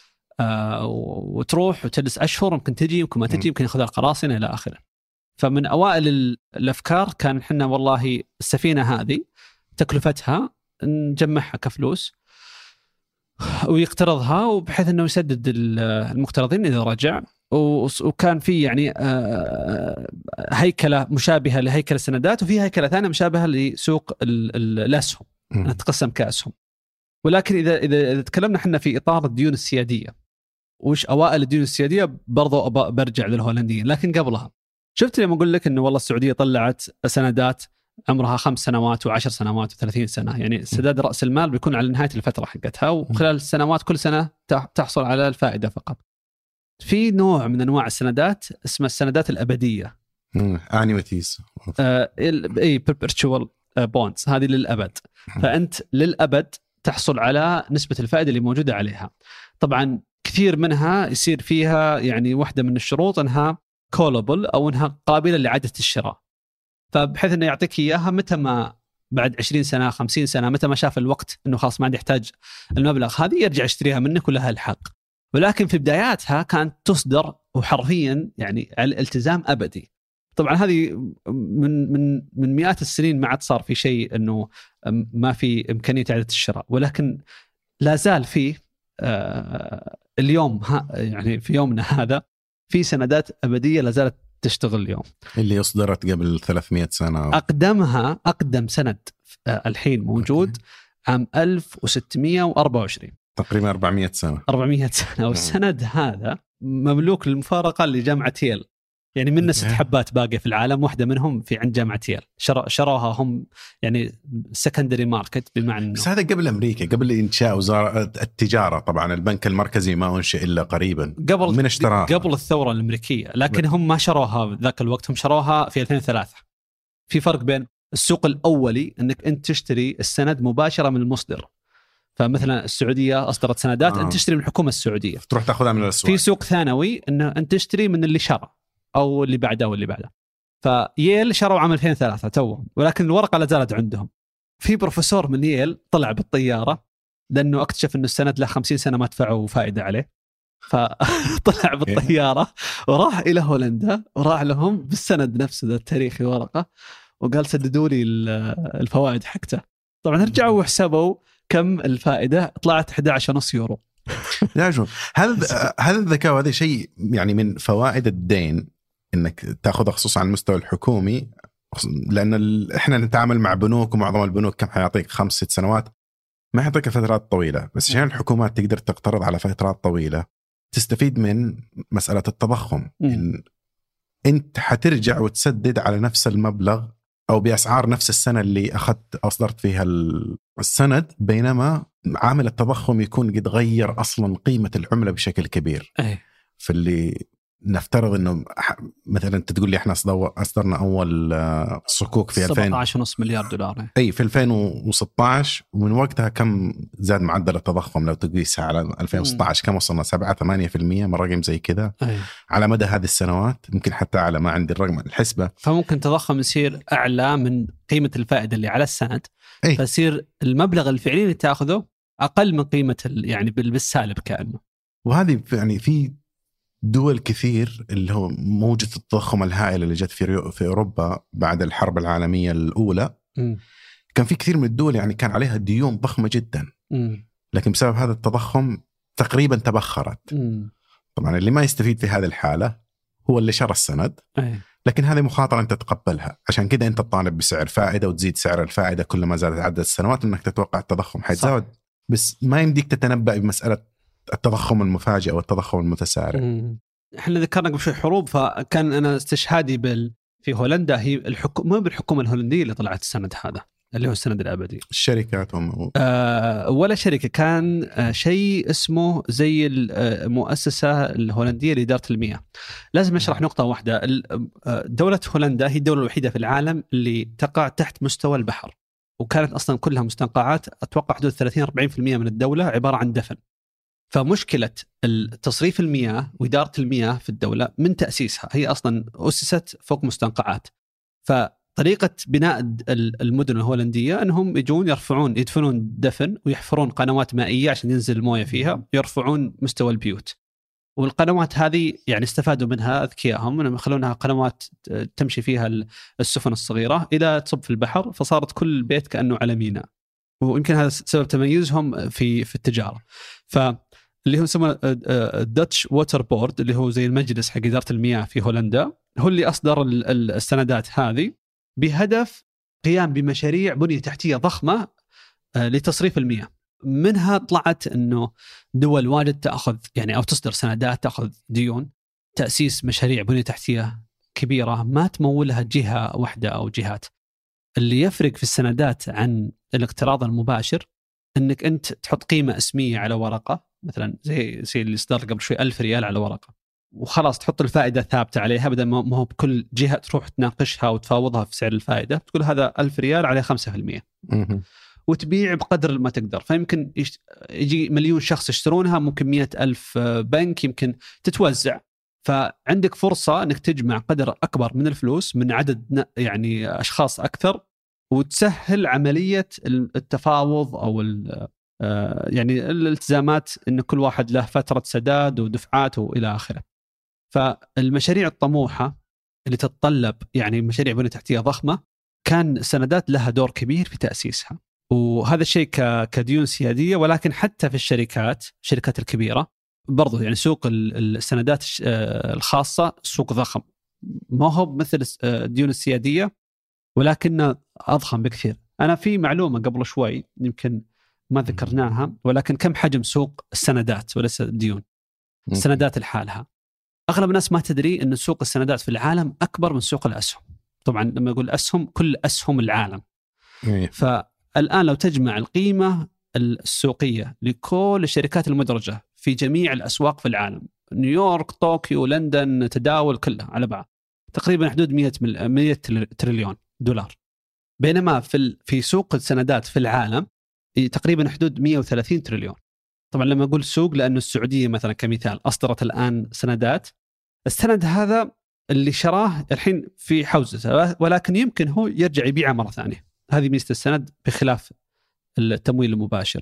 وتروح وتجلس أشهر، ممكن تجي ممكن ما تجي، ممكن ياخذها القراصنة إلى آخره. فمن أوائل الأفكار كان إحنا والله السفينة هذه تكلفتها نجمعها كفلوس ويقترضها، وبحيث أنه يسدد المقترضين إذا رجع. وكان في يعني هيكلة مشابهة لهيكل السندات، وفي هيكلة ثانية مشابهة لسوق الأسهم، تقسم كأسهم. ولكن إذا تكلمنا احنا في إطار الديون السيادية، وش أوائل الديون السيادية برضو برجع للهولنديين. لكن قبلها شفت لما أقول لك إنه والله السعودية طلعت سندات عمرها 5 سنوات و10 سنوات و30 سنة، يعني سداد رأس المال بيكون على نهاية الفترة حقتها، وخلال السنوات كل سنة تحصل على الفائدة فقط. في نوع من أنواع السندات اسمها السندات الأبدية، annuities perpetual bonds، هذه للأبد. فأنت للأبد تحصل على نسبة الفائدة اللي موجودة عليها. طبعا كثير منها يصير فيها يعني واحدة من الشروط أنها callable أو أنها قابلة لإعادة الشراء، فبحيث أنه يعطيك إياها متى ما بعد 20 سنة 50 سنة متى ما شاف الوقت أنه خلاص ما عاد يحتاج المبلغ هذه يرجع يشتريها منك ولها الحق. ولكن في بداياتها كانت تصدر وحرفيا يعني على الالتزام أبدي. طبعا هذه من مئات السنين ما عاد صار في شيء أنه ما في إمكانية إعادة الشراء، ولكن لا زال فيه اليوم يعني في يومنا هذا في سندات أبدية لا زالت تشتغل اليوم، اللي أصدرت قبل 300 سنة. أقدم سند الحين موجود عام 1624، تقريبا 400 سنة. والسند هذا مملوك للمفارقة لجامعة ييل، يعني منه 6 حبات باقية في العالم، واحدة منهم في عند جامعة ييل، شروها هم يعني secondary market، بمعنى بس هذا قبل أمريكا، قبل إنشاء وزارة التجارة. طبعا البنك المركزي ما أنشئ إلا قريبا من اشتراها قبل الثورة الأمريكية، لكن هم ما شروها ذاك الوقت، هم شروها في 2003. في فرق بين السوق الأولي أنك أنت تشتري السند مباشرة من المصدر، فمثلا السعودية أصدرت سندات أنت تشتري من الحكومة السعودية، تروح تأخذها من الأسواق. في سوق ثانوي أنه أنت تشتري من اللي شرى أو اللي بعده واللي بعده. فييل شروا عام 2003 توهم، ولكن الورقة لا زالت عندهم. في بروفيسور من ييل طلع بالطيارة لأنه اكتشف أنه السند له 50 سنة ما دفعوا فائدة عليه، فطلع بالطيارة وراح إلى هولندا وراح لهم بالسند نفسه ذا التاريخي ورقة، وقال سددوا لي الفوائد حقته. طبعا رجعوا وحسبوا كم الفائدة، طلعت 11.5 يورو. لا شو هذا الذكاء، وهذا شيء يعني من فوائد الدين انك تاخذه خصوصا على المستوى الحكومي، لان احنا نتعامل مع بنوك، ومعظم البنوك كم حيعطيك 5-6 سنوات، ما يعطيك فترات طويلة. بس عشان الحكومات تقدر تقترض على فترات طويلة تستفيد من مسألة التضخم. إن انت حترجع وتسدد على نفس المبلغ او باسعار نفس السنة اللي اصدرت فيها السند، بينما عامل التضخم يكون قد غير اصلا قيمة العملة بشكل كبير. فاللي نفترض انه مثلا انت تقول لي احنا اصدرنا اول صكوك في 17.5 مليار دولار اي في 2016، ومن وقتها كم زاد معدل التضخم لو تقيسها على 2016 كم وصلنا 7-8% من رقم زي كذا على مدى هذه السنوات، يمكن حتى على ما عندي الرقم الحسبة. فممكن تضخم يصير اعلى من قيمة الفائدة اللي على السند، فيصير المبلغ الفعلي اللي تاخذه اقل من قيمة يعني بالسالب كأنه. وهذه يعني في دول كثير اللي هو موجة التضخم الهائل اللي جت في أوروبا بعد الحرب العالمية الأولى، كان في كثير من الدول يعني كان عليها ديون ضخمة جدا، لكن بسبب هذا التضخم تقريبا تبخرت. طبعا اللي ما يستفيد في هذه الحالة هو اللي شرى السند، لكن هذه مخاطرة أنت تقبلها. عشان كده أنت تطالب بسعر فائدة، وتزيد سعر الفائدة كل ما زادت عدد السنوات، أنك تتوقع التضخم حيتزايد. بس ما يمديك تتنبأ بمسألة التضخم المفاجئ والتضخم المتسارع. احنا ذكرنا قبل شوي حروب، فكان انا استشهادي في هولندا هي مو بالحكومة الهولندية اللي طلعت السند هذا اللي هو السند الأبدي. الشركات هم ولا شركة، كان شيء اسمه زي المؤسسة الهولندية لإدارة المياه. لازم نشرح نقطة واحدة. دولة هولندا هي الدولة الوحيدة في العالم اللي تقع تحت مستوى البحر، وكانت أصلا كلها مستنقعات. أتوقع حدود 30-40% من الدولة عبارة عن دفن. فمشكلة تصريف المياه وإدارة المياه في الدولة من تأسيسها هي أصلا أسست فوق مستنقعات. فطريقة بناء المدن الهولندية أنهم يجون يدفنون دفن ويحفرون قنوات مائية عشان ينزل الموية فيها، يرفعون مستوى البيوت. والقنوات هذه يعني استفادوا منها أذكياءهم أنهم يخلونها قنوات تمشي فيها السفن الصغيرة إلى تصب في البحر، فصارت كل بيت كأنه على ميناء. ويمكن هذا سبب تميزهم في التجارة. فاللي هو يسمى الداتش ووتر بورد، اللي هو زي المجلس حق إدارة المياه في هولندا، هو اللي أصدر السندات هذه بهدف قيام بمشاريع بنية تحتية ضخمة لتصريف المياه. منها طلعت أنه دول واجد تأخذ يعني أو تصدر سندات، تأخذ ديون تأسيس مشاريع بنية تحتية كبيرة ما تمولها جهة واحدة أو جهات. اللي يفرق في السندات عن الاقتراض المباشر أنك أنت تحط قيمة اسمية على ورقة، مثلا زي اللي صدر قبل شوي 1000 ريال على ورقة، وخلاص تحط الفائدة ثابتة عليها، بدل ما هو بكل جهة تروح تناقشها وتفاوضها في سعر الفائدة. تقول هذا 1000 ريال عليه 5%، وتبيع بقدر ما تقدر. فيمكن يجي مليون شخص يشترونها، ممكن 100,000 بنك، يمكن تتوزع. فعندك فرصة أنك تجمع قدر أكبر من الفلوس من عدد يعني أشخاص أكثر، وتسهل عملية التفاوض أو يعني الالتزامات، أن كل واحد له فترة سداد ودفعات وإلى آخره. فالمشاريع الطموحة اللي تتطلب يعني مشاريع بنية تحتية ضخمة، كان السندات لها دور كبير في تأسيسها. وهذا الشيء كديون سيادية. ولكن حتى في الشركات الكبيرة برضو يعني سوق السندات الخاصة سوق ضخم، ما هو مثل الديون السيادية ولكنه أضخم بكثير. أنا في معلومة قبل شوي يمكن ما ذكرناها، ولكن كم حجم سوق السندات وليس الديون؟ السندات لحالها، أغلب الناس ما تدري أن سوق السندات في العالم أكبر من سوق الأسهم. طبعا لما يقول أسهم، كل أسهم العالم. فالآن لو تجمع القيمة السوقية لكل الشركات المدرجة في جميع الأسواق في العالم، نيويورك، طوكيو، لندن، تداول، كلها على بعض، تقريبا حدود 100 تريليون دولار. بينما في سوق السندات في العالم تقريبا حدود 130 تريليون. طبعا لما أقول سوق، لأن السعودية مثلا كمثال أصدرت الآن سندات. السند هذا اللي شراه الحين في حوزته، ولكن يمكن هو يرجع يبيعه مرة ثانية. هذه ميزة السند بخلاف التمويل المباشر.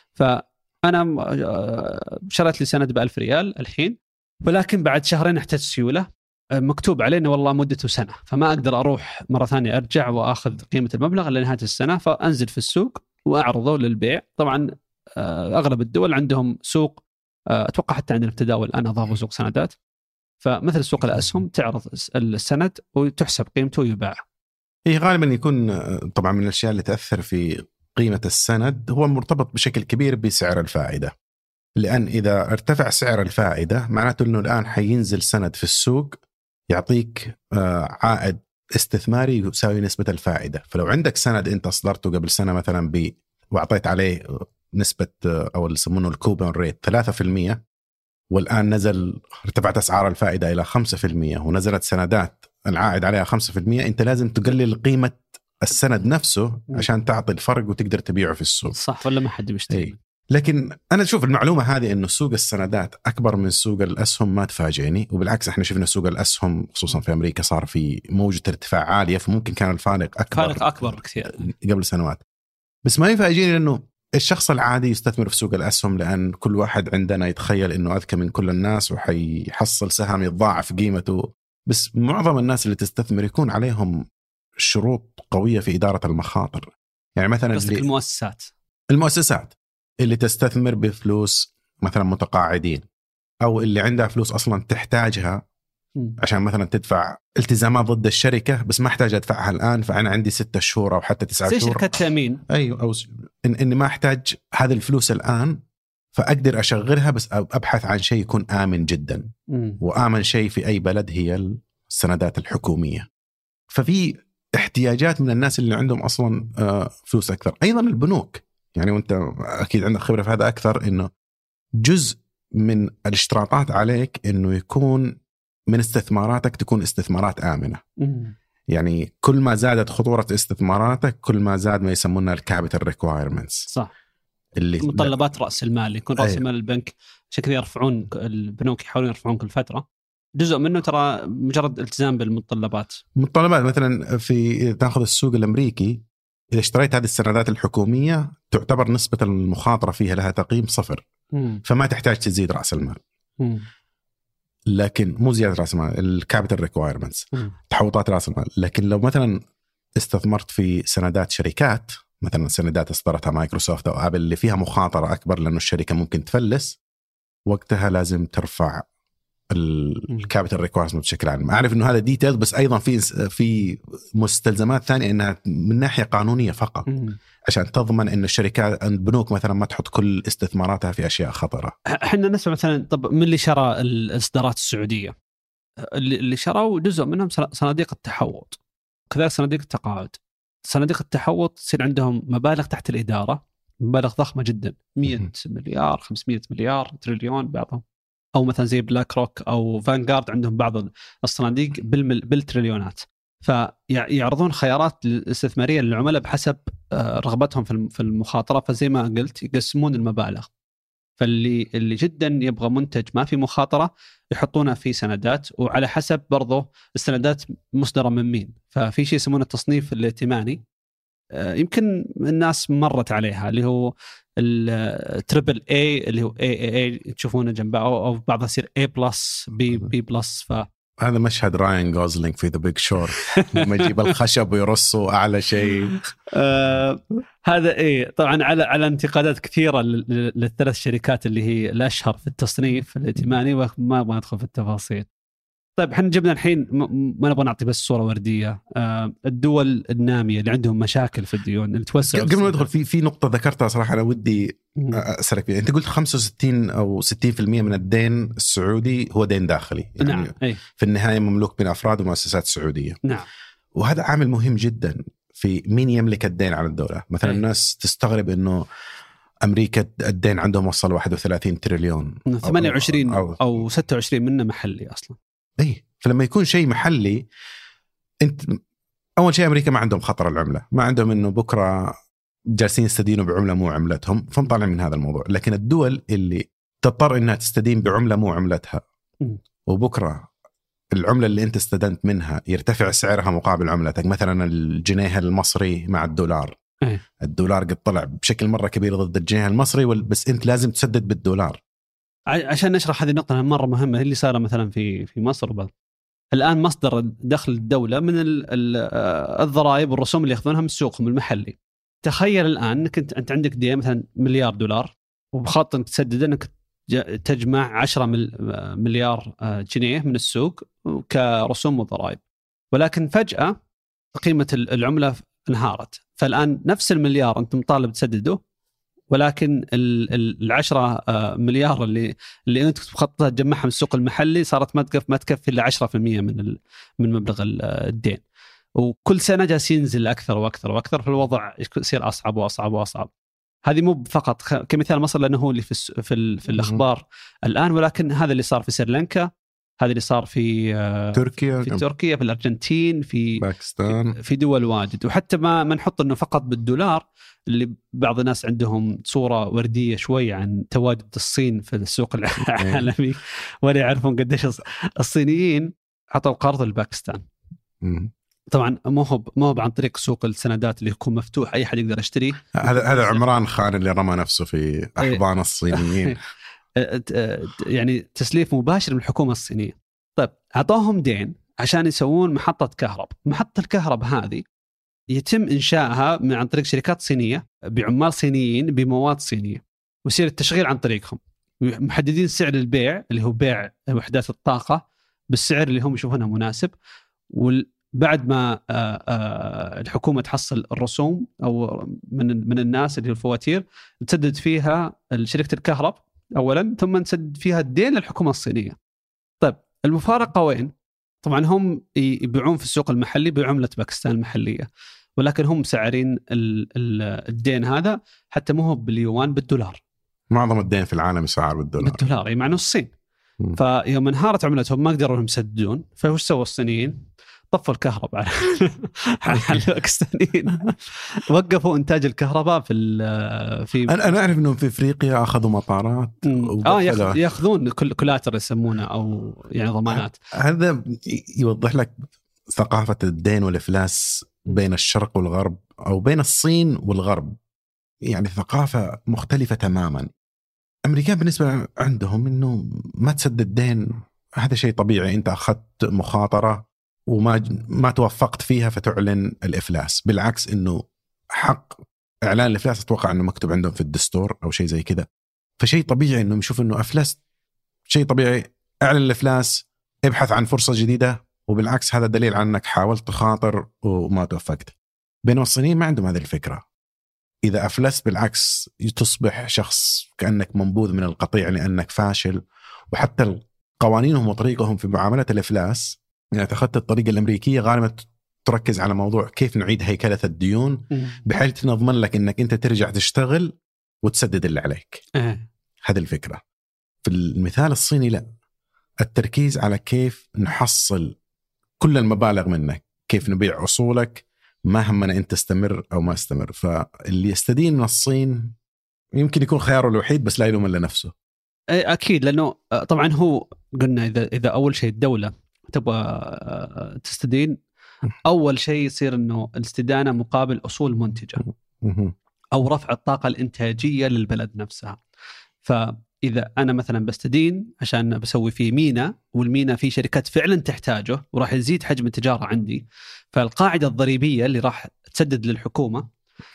فأنا شريت لي سند ب1000 ريال الحين، ولكن بعد شهرين احتاج سيولة، مكتوب علينا والله مدته سنة، فما أقدر أروح مرة ثانية أرجع وأخذ قيمة المبلغ لنهاية السنة. فأنزل في السوق وأعرضه للبيع. طبعا أغلب الدول عندهم سوق، أتوقع حتى عندنا في التداول الآن أضافوا سوق سندات. فمثل سوق الأسهم تعرض السند وتحسب قيمته ويباع. هي غالبا يكون طبعا من الأشياء اللي تأثر في قيمة السند هو مرتبط بشكل كبير بسعر الفائدة، لأن إذا ارتفع سعر الفائدة معناته أنه الآن حينزل سند في السوق يعطيك عائد استثماري يساوي نسبة الفائدة. فلو عندك سند أنت أصدرته قبل سنة مثلا وأعطيت عليه نسبة أو اللي يسمونه الكوبون ريت 3%، والآن ارتفعت أسعار الفائدة إلى 5%، ونزلت سندات العائد عليها 5%، أنت لازم تقلل قيمة السند نفسه عشان تعطي الفرق وتقدر تبيعه في السوق. صح ولا ما حد بيشتري؟ لكن أنا أشوف المعلومة هذه إنه سوق السندات أكبر من سوق الأسهم ما تفاجئني، وبالعكس إحنا شفنا سوق الأسهم خصوصا في أمريكا صار في موجة ارتفاع عالية، فممكن كان الفارق أكبر كثير قبل سنوات. بس ما يفاجئني لأنه الشخص العادي يستثمر في سوق الأسهم، لأن كل واحد عندنا يتخيل إنه أذكى من كل الناس وحيحصل سهم يتضاعف قيمته. بس معظم الناس اللي تستثمر يكون عليهم شروط قوية في إدارة المخاطر. يعني مثلا المؤسسات اللي تستثمر بفلوس مثلا متقاعدين، أو اللي عندها فلوس أصلا تحتاجها عشان مثلا تدفع التزامات ضد الشركة بس ما احتاج أدفعها الآن، فأنا عندي 6 شهور أو حتى 9 شهور شركة تأمين. أيوة، أو إني ما أحتاج هذه الفلوس الآن، فأقدر أشغلها بس أبحث عن شيء يكون آمن جدا. وآمن شيء في أي بلد هي السندات الحكومية. ففي احتياجات من الناس اللي عندهم أصلا فلوس أكثر. أيضا البنوك، يعني وأنت أكيد عندك خبرة في هذا أكثر، إنه جزء من الاشتراطات عليك إنه يكون من استثماراتك تكون استثمارات آمنة. يعني كل ما زادت خطورة استثماراتك كل ما زاد ما يسمونها الكابيتال ريكوايرمنتس، صح، اللي متطلبات رأس المال. يكون رأس المال البنك شكل يرفعون، البنوك يحاولون يرفعون كل فترة جزء منه ترى مجرد التزام بالمتطلبات. مثلا في تاخذ السوق الأمريكي، إذا اشتريت هذه السندات الحكومية تعتبر نسبة المخاطرة فيها لها تقييم 0. فما تحتاج تزيد رأس المال. لكن مو زيادة رأس المال، الكابيتال ريكوايرمنتس، تحوطات رأس المال. لكن لو مثلا استثمرت في سندات شركات، مثلا سندات اصدرتها مايكروسوفت أو آبل اللي فيها مخاطرة أكبر لأنه الشركة ممكن تفلس، وقتها لازم ترفع الكابيتال ريكوايرمنت بشكل عام. أعرف إنه هذا ديتيل، بس أيضا في مستلزمات ثانية إنها من ناحية قانونية فقط عشان تضمن إن الشركات البنوك مثلا ما تحط كل استثماراتها في أشياء خطرة. إحنا نسمع مثلا، طب من اللي شرى الإصدارات السعودية؟ اللي شروا جزء منهم صناديق التحوط، كذلك صناديق التقاعد. صناديق التحوط يصير عندهم مبالغ تحت الإدارة، مبالغ ضخمة جدا، 100 مليار 500 مليار تريليون بعضهم، أو مثلا زي بلاك روك أو فانغارد عندهم بعض الصناديق بالتريليونات. فيعرضون خيارات الاستثمارية للعملاء بحسب رغبتهم في المخاطرة. فزي ما قلت يقسمون المبالغ، فاللي جدا يبغى منتج ما في مخاطرة يحطونه في سندات، وعلى حسب برضو السندات مصدرة من مين. ففي شيء يسمونه التصنيف الائتماني، يمكن الناس مرت عليها، اللي هو التريبل اي، اللي هو اي تشوفونه جنبه، او بعضها يصير اي بلس بي بلس. هذا مشهد راين غوزلينج في ذا بيج شور لما يجيب الخشب ويرصه اعلى شيء. هذا طبعا على انتقادات كثيره للثلاث شركات اللي هي الاشهر في التصنيف الائتماني، وما ندخل في التفاصيل. طيب احنا جبنا الحين ما نبغى نعطي بس صوره ورديه. الدول الناميه اللي عندهم مشاكل في الديون اللي توسع. قبل ما ندخل في نقطه ذكرتها صراحه انا ودي اسالك فيها. انت قلت 65 او 60% من الدين السعودي هو دين داخلي، يعني نعم. في النهايه مملوك من افراد ومؤسسات سعوديه. نعم. وهذا عامل مهم جدا في مين يملك الدين على الدوله. مثلا الناس تستغرب انه أمريكا الدين عندهم وصل 31 تريليون، 28 أو 26 منه محلي أصلا. فلما يكون شيء محلي، أنت أول شيء أمريكا ما عندهم خطر العملة، ما عندهم إنه بكرة جالسين يستدينوا بعملة مو عملتهم، فنطلع من هذا الموضوع. لكن الدول اللي تضطر إنها تستدين بعملة مو عملتها، وبكرة العملة اللي أنت استدنت منها يرتفع سعرها مقابل عملتك، مثلا الجنيه المصري مع الدولار، الدولار قد طلع بشكل مرة كبير ضد الجنيه المصري، بس أنت لازم تسدد بالدولار. عشان نشرح هذه النقطة مرة مهمة اللي صار مثلا في مصر الآن مصدر دخل الدولة من الضرائب والرسوم اللي يأخذونها من سوقهم المحلي. تخيل الآن أنك أنت عندك دين مثلا $1 مليار، وبخاطر أنك تسدد أنك تجمع 10 مليار جنيه من السوق كرسوم وضرائب، ولكن فجأة قيمة العملة انهارت. فالآن نفس المليار أنت مطالب تسدده، ولكن 10 مليار اللي أنت مخططها تجمعها من السوق المحلي صارت ما تكفي إلا 10% من مبلغ الدين. وكل سنة جالس ينزل أكثر وأكثر وأكثر، فالوضع يصير أصعب وأصعب وأصعب. هذه مو فقط كمثال مصر لأنه هو اللي في الأخبار الآن، ولكن هذا اللي صار في سريلانكا، هذا اللي صار في تركيا، في الأرجنتين، في باكستان، في دول واجد. وحتى ما نحط إنه فقط بالدولار، اللي بعض الناس عندهم صورة وردية شوي عن تواجد الصين في السوق العالمي، ولا يعرفون قديش الصينيين عطوا قرض لباكستان. طبعا ما هو عن طريق سوق السندات اللي يكون مفتوح اي حد يقدر يشتريه. هذا عمران خان اللي رمى نفسه في احضان الصينيين. يعني تسليف مباشر من الحكومه الصينيه. طيب اعطوهم دين عشان يسوون محطه كهرب. محطه الكهرب هذه يتم انشائها عن طريق شركات صينيه بعمال صينيين بمواد صينيه، ويصير التشغيل عن طريقهم. محددين سعر البيع اللي هو بيع وحدات الطاقه بالسعر اللي هم يشوفونه مناسب. بعد ما الحكومة تحصل الرسوم أو من الناس اللي هي الفواتير، تسدد فيها شركة الكهرب أولا، ثم نسدد فيها الدين للحكومة الصينية. طيب المفارقة وين؟ طبعا هم يبيعون في السوق المحلي بعملة باكستان المحلية، ولكن هم سعرين الدين هذا حتى مو هو باليوان، بالدولار. معظم الدين في العالم يسعر بالدولار، يعني مع انه الصين. فيوم انهارت عملتهم ما قدروا انهم يسددون، فوش سووا الصينيين؟ طفوا الكهرباء على الباكستانيين. وقفوا انتاج الكهرباء في انا اعرف انه في افريقيا اخذوا مطارات ياخذون كلاتر يسمونه، او يعني ضمانات. هذا يوضح لك ثقافة الدين والإفلاس بين الشرق والغرب، أو بين الصين والغرب. يعني ثقافة مختلفة تماما. أمريكان بالنسبة عندهم إنه ما تسدد دين هذا شيء طبيعي، أنت أخذت مخاطرة وما توفقت فيها فتعلن الإفلاس. بالعكس إنه حق إعلان الإفلاس أتوقع إنه مكتوب عندهم في الدستور أو شيء زي كذا، فشيء طبيعي إنه يشوف إنه أفلست، شيء طبيعي اعلن الإفلاس، ابحث عن فرصة جديدة، وبالعكس هذا دليل على أنك حاولت تخاطر وما توفقت. بينما الصينيين ما عندهم هذه الفكرة. إذا أفلست بالعكس تصبح شخص كأنك منبوذ من القطيع لأنك فاشل. وحتى قوانينهم وطريقهم في معاملة الإفلاس، يعني أخذت الطريقة الأمريكية غالبا تركز على موضوع كيف نعيد هيكلة الديون بحيث نضمن لك أنك أنت ترجع تشتغل وتسدد اللي عليك. هذه الفكرة. في المثال الصيني لا، التركيز على كيف نحصل كل المبالغ منك، كيف نبيع أصولك، ما همنا أنت تستمر أو ما استمر. فاللي يستدين من الصين يمكن يكون خياره الوحيد، بس لا يلوم إلا نفسه. أكيد، لأنه طبعا هو قلنا إذا أول شيء الدولة تبغى تستدين، أول شيء يصير أنه الاستدانة مقابل أصول منتجة أو رفع الطاقة الإنتاجية للبلد نفسها. فإذا أنا مثلا بستدين عشان بسوي فيه مينا، والمينا فيه شركات فعلا تحتاجه وراح يزيد حجم التجارة عندي، فالقاعدة الضريبية اللي راح تسدد للحكومة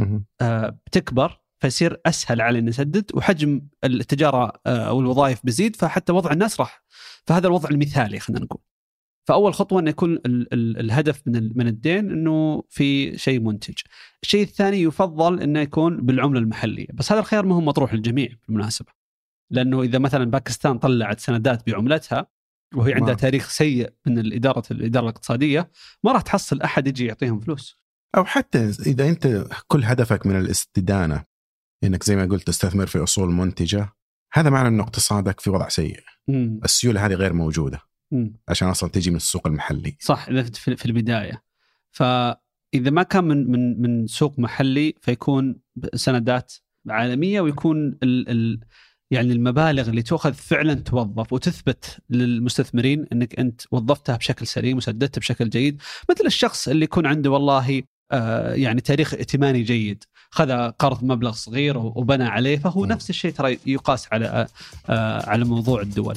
بتكبر، فيصير أسهل على أن نسدد، وحجم التجارة أو الوظائف بزيد، فحتى وضع الناس راح. فهذا الوضع المثالي خلينا نقول. فأول خطوة أن يكون الهدف من الدين أنه في شيء منتج. الشيء الثاني يفضل أنه يكون بالعملة المحلية، بس هذا الخيار ما هو مطروح للجميع بالمناسبة، لأنه إذا مثلا باكستان طلعت سندات بعملتها وهي عندها تاريخ سيء من الإدارة الاقتصادية، ما راح تحصل أحد يجي يعطيهم فلوس. أو حتى إذا أنت كل هدفك من الاستدانة إنك زي ما قلت تستثمر في أصول منتجة، هذا معنى أنه اقتصادك في وضع سيء. السيولة هذه غير موجودة عشان أصلا تيجي من السوق المحلي. صح، إذا في البداية. فإذا ما كان من سوق محلي فيكون سندات عالمية، ويكون يعني المبالغ اللي تأخذ فعلا توظف وتثبت للمستثمرين أنك أنت وظفتها بشكل سليم وسددتها بشكل جيد. مثل الشخص اللي يكون عنده والله يعني تاريخ ائتماني جيد، خذ قرض مبلغ صغير وبنى عليه، فهو نفس الشيء ترى يقاس على موضوع الدول.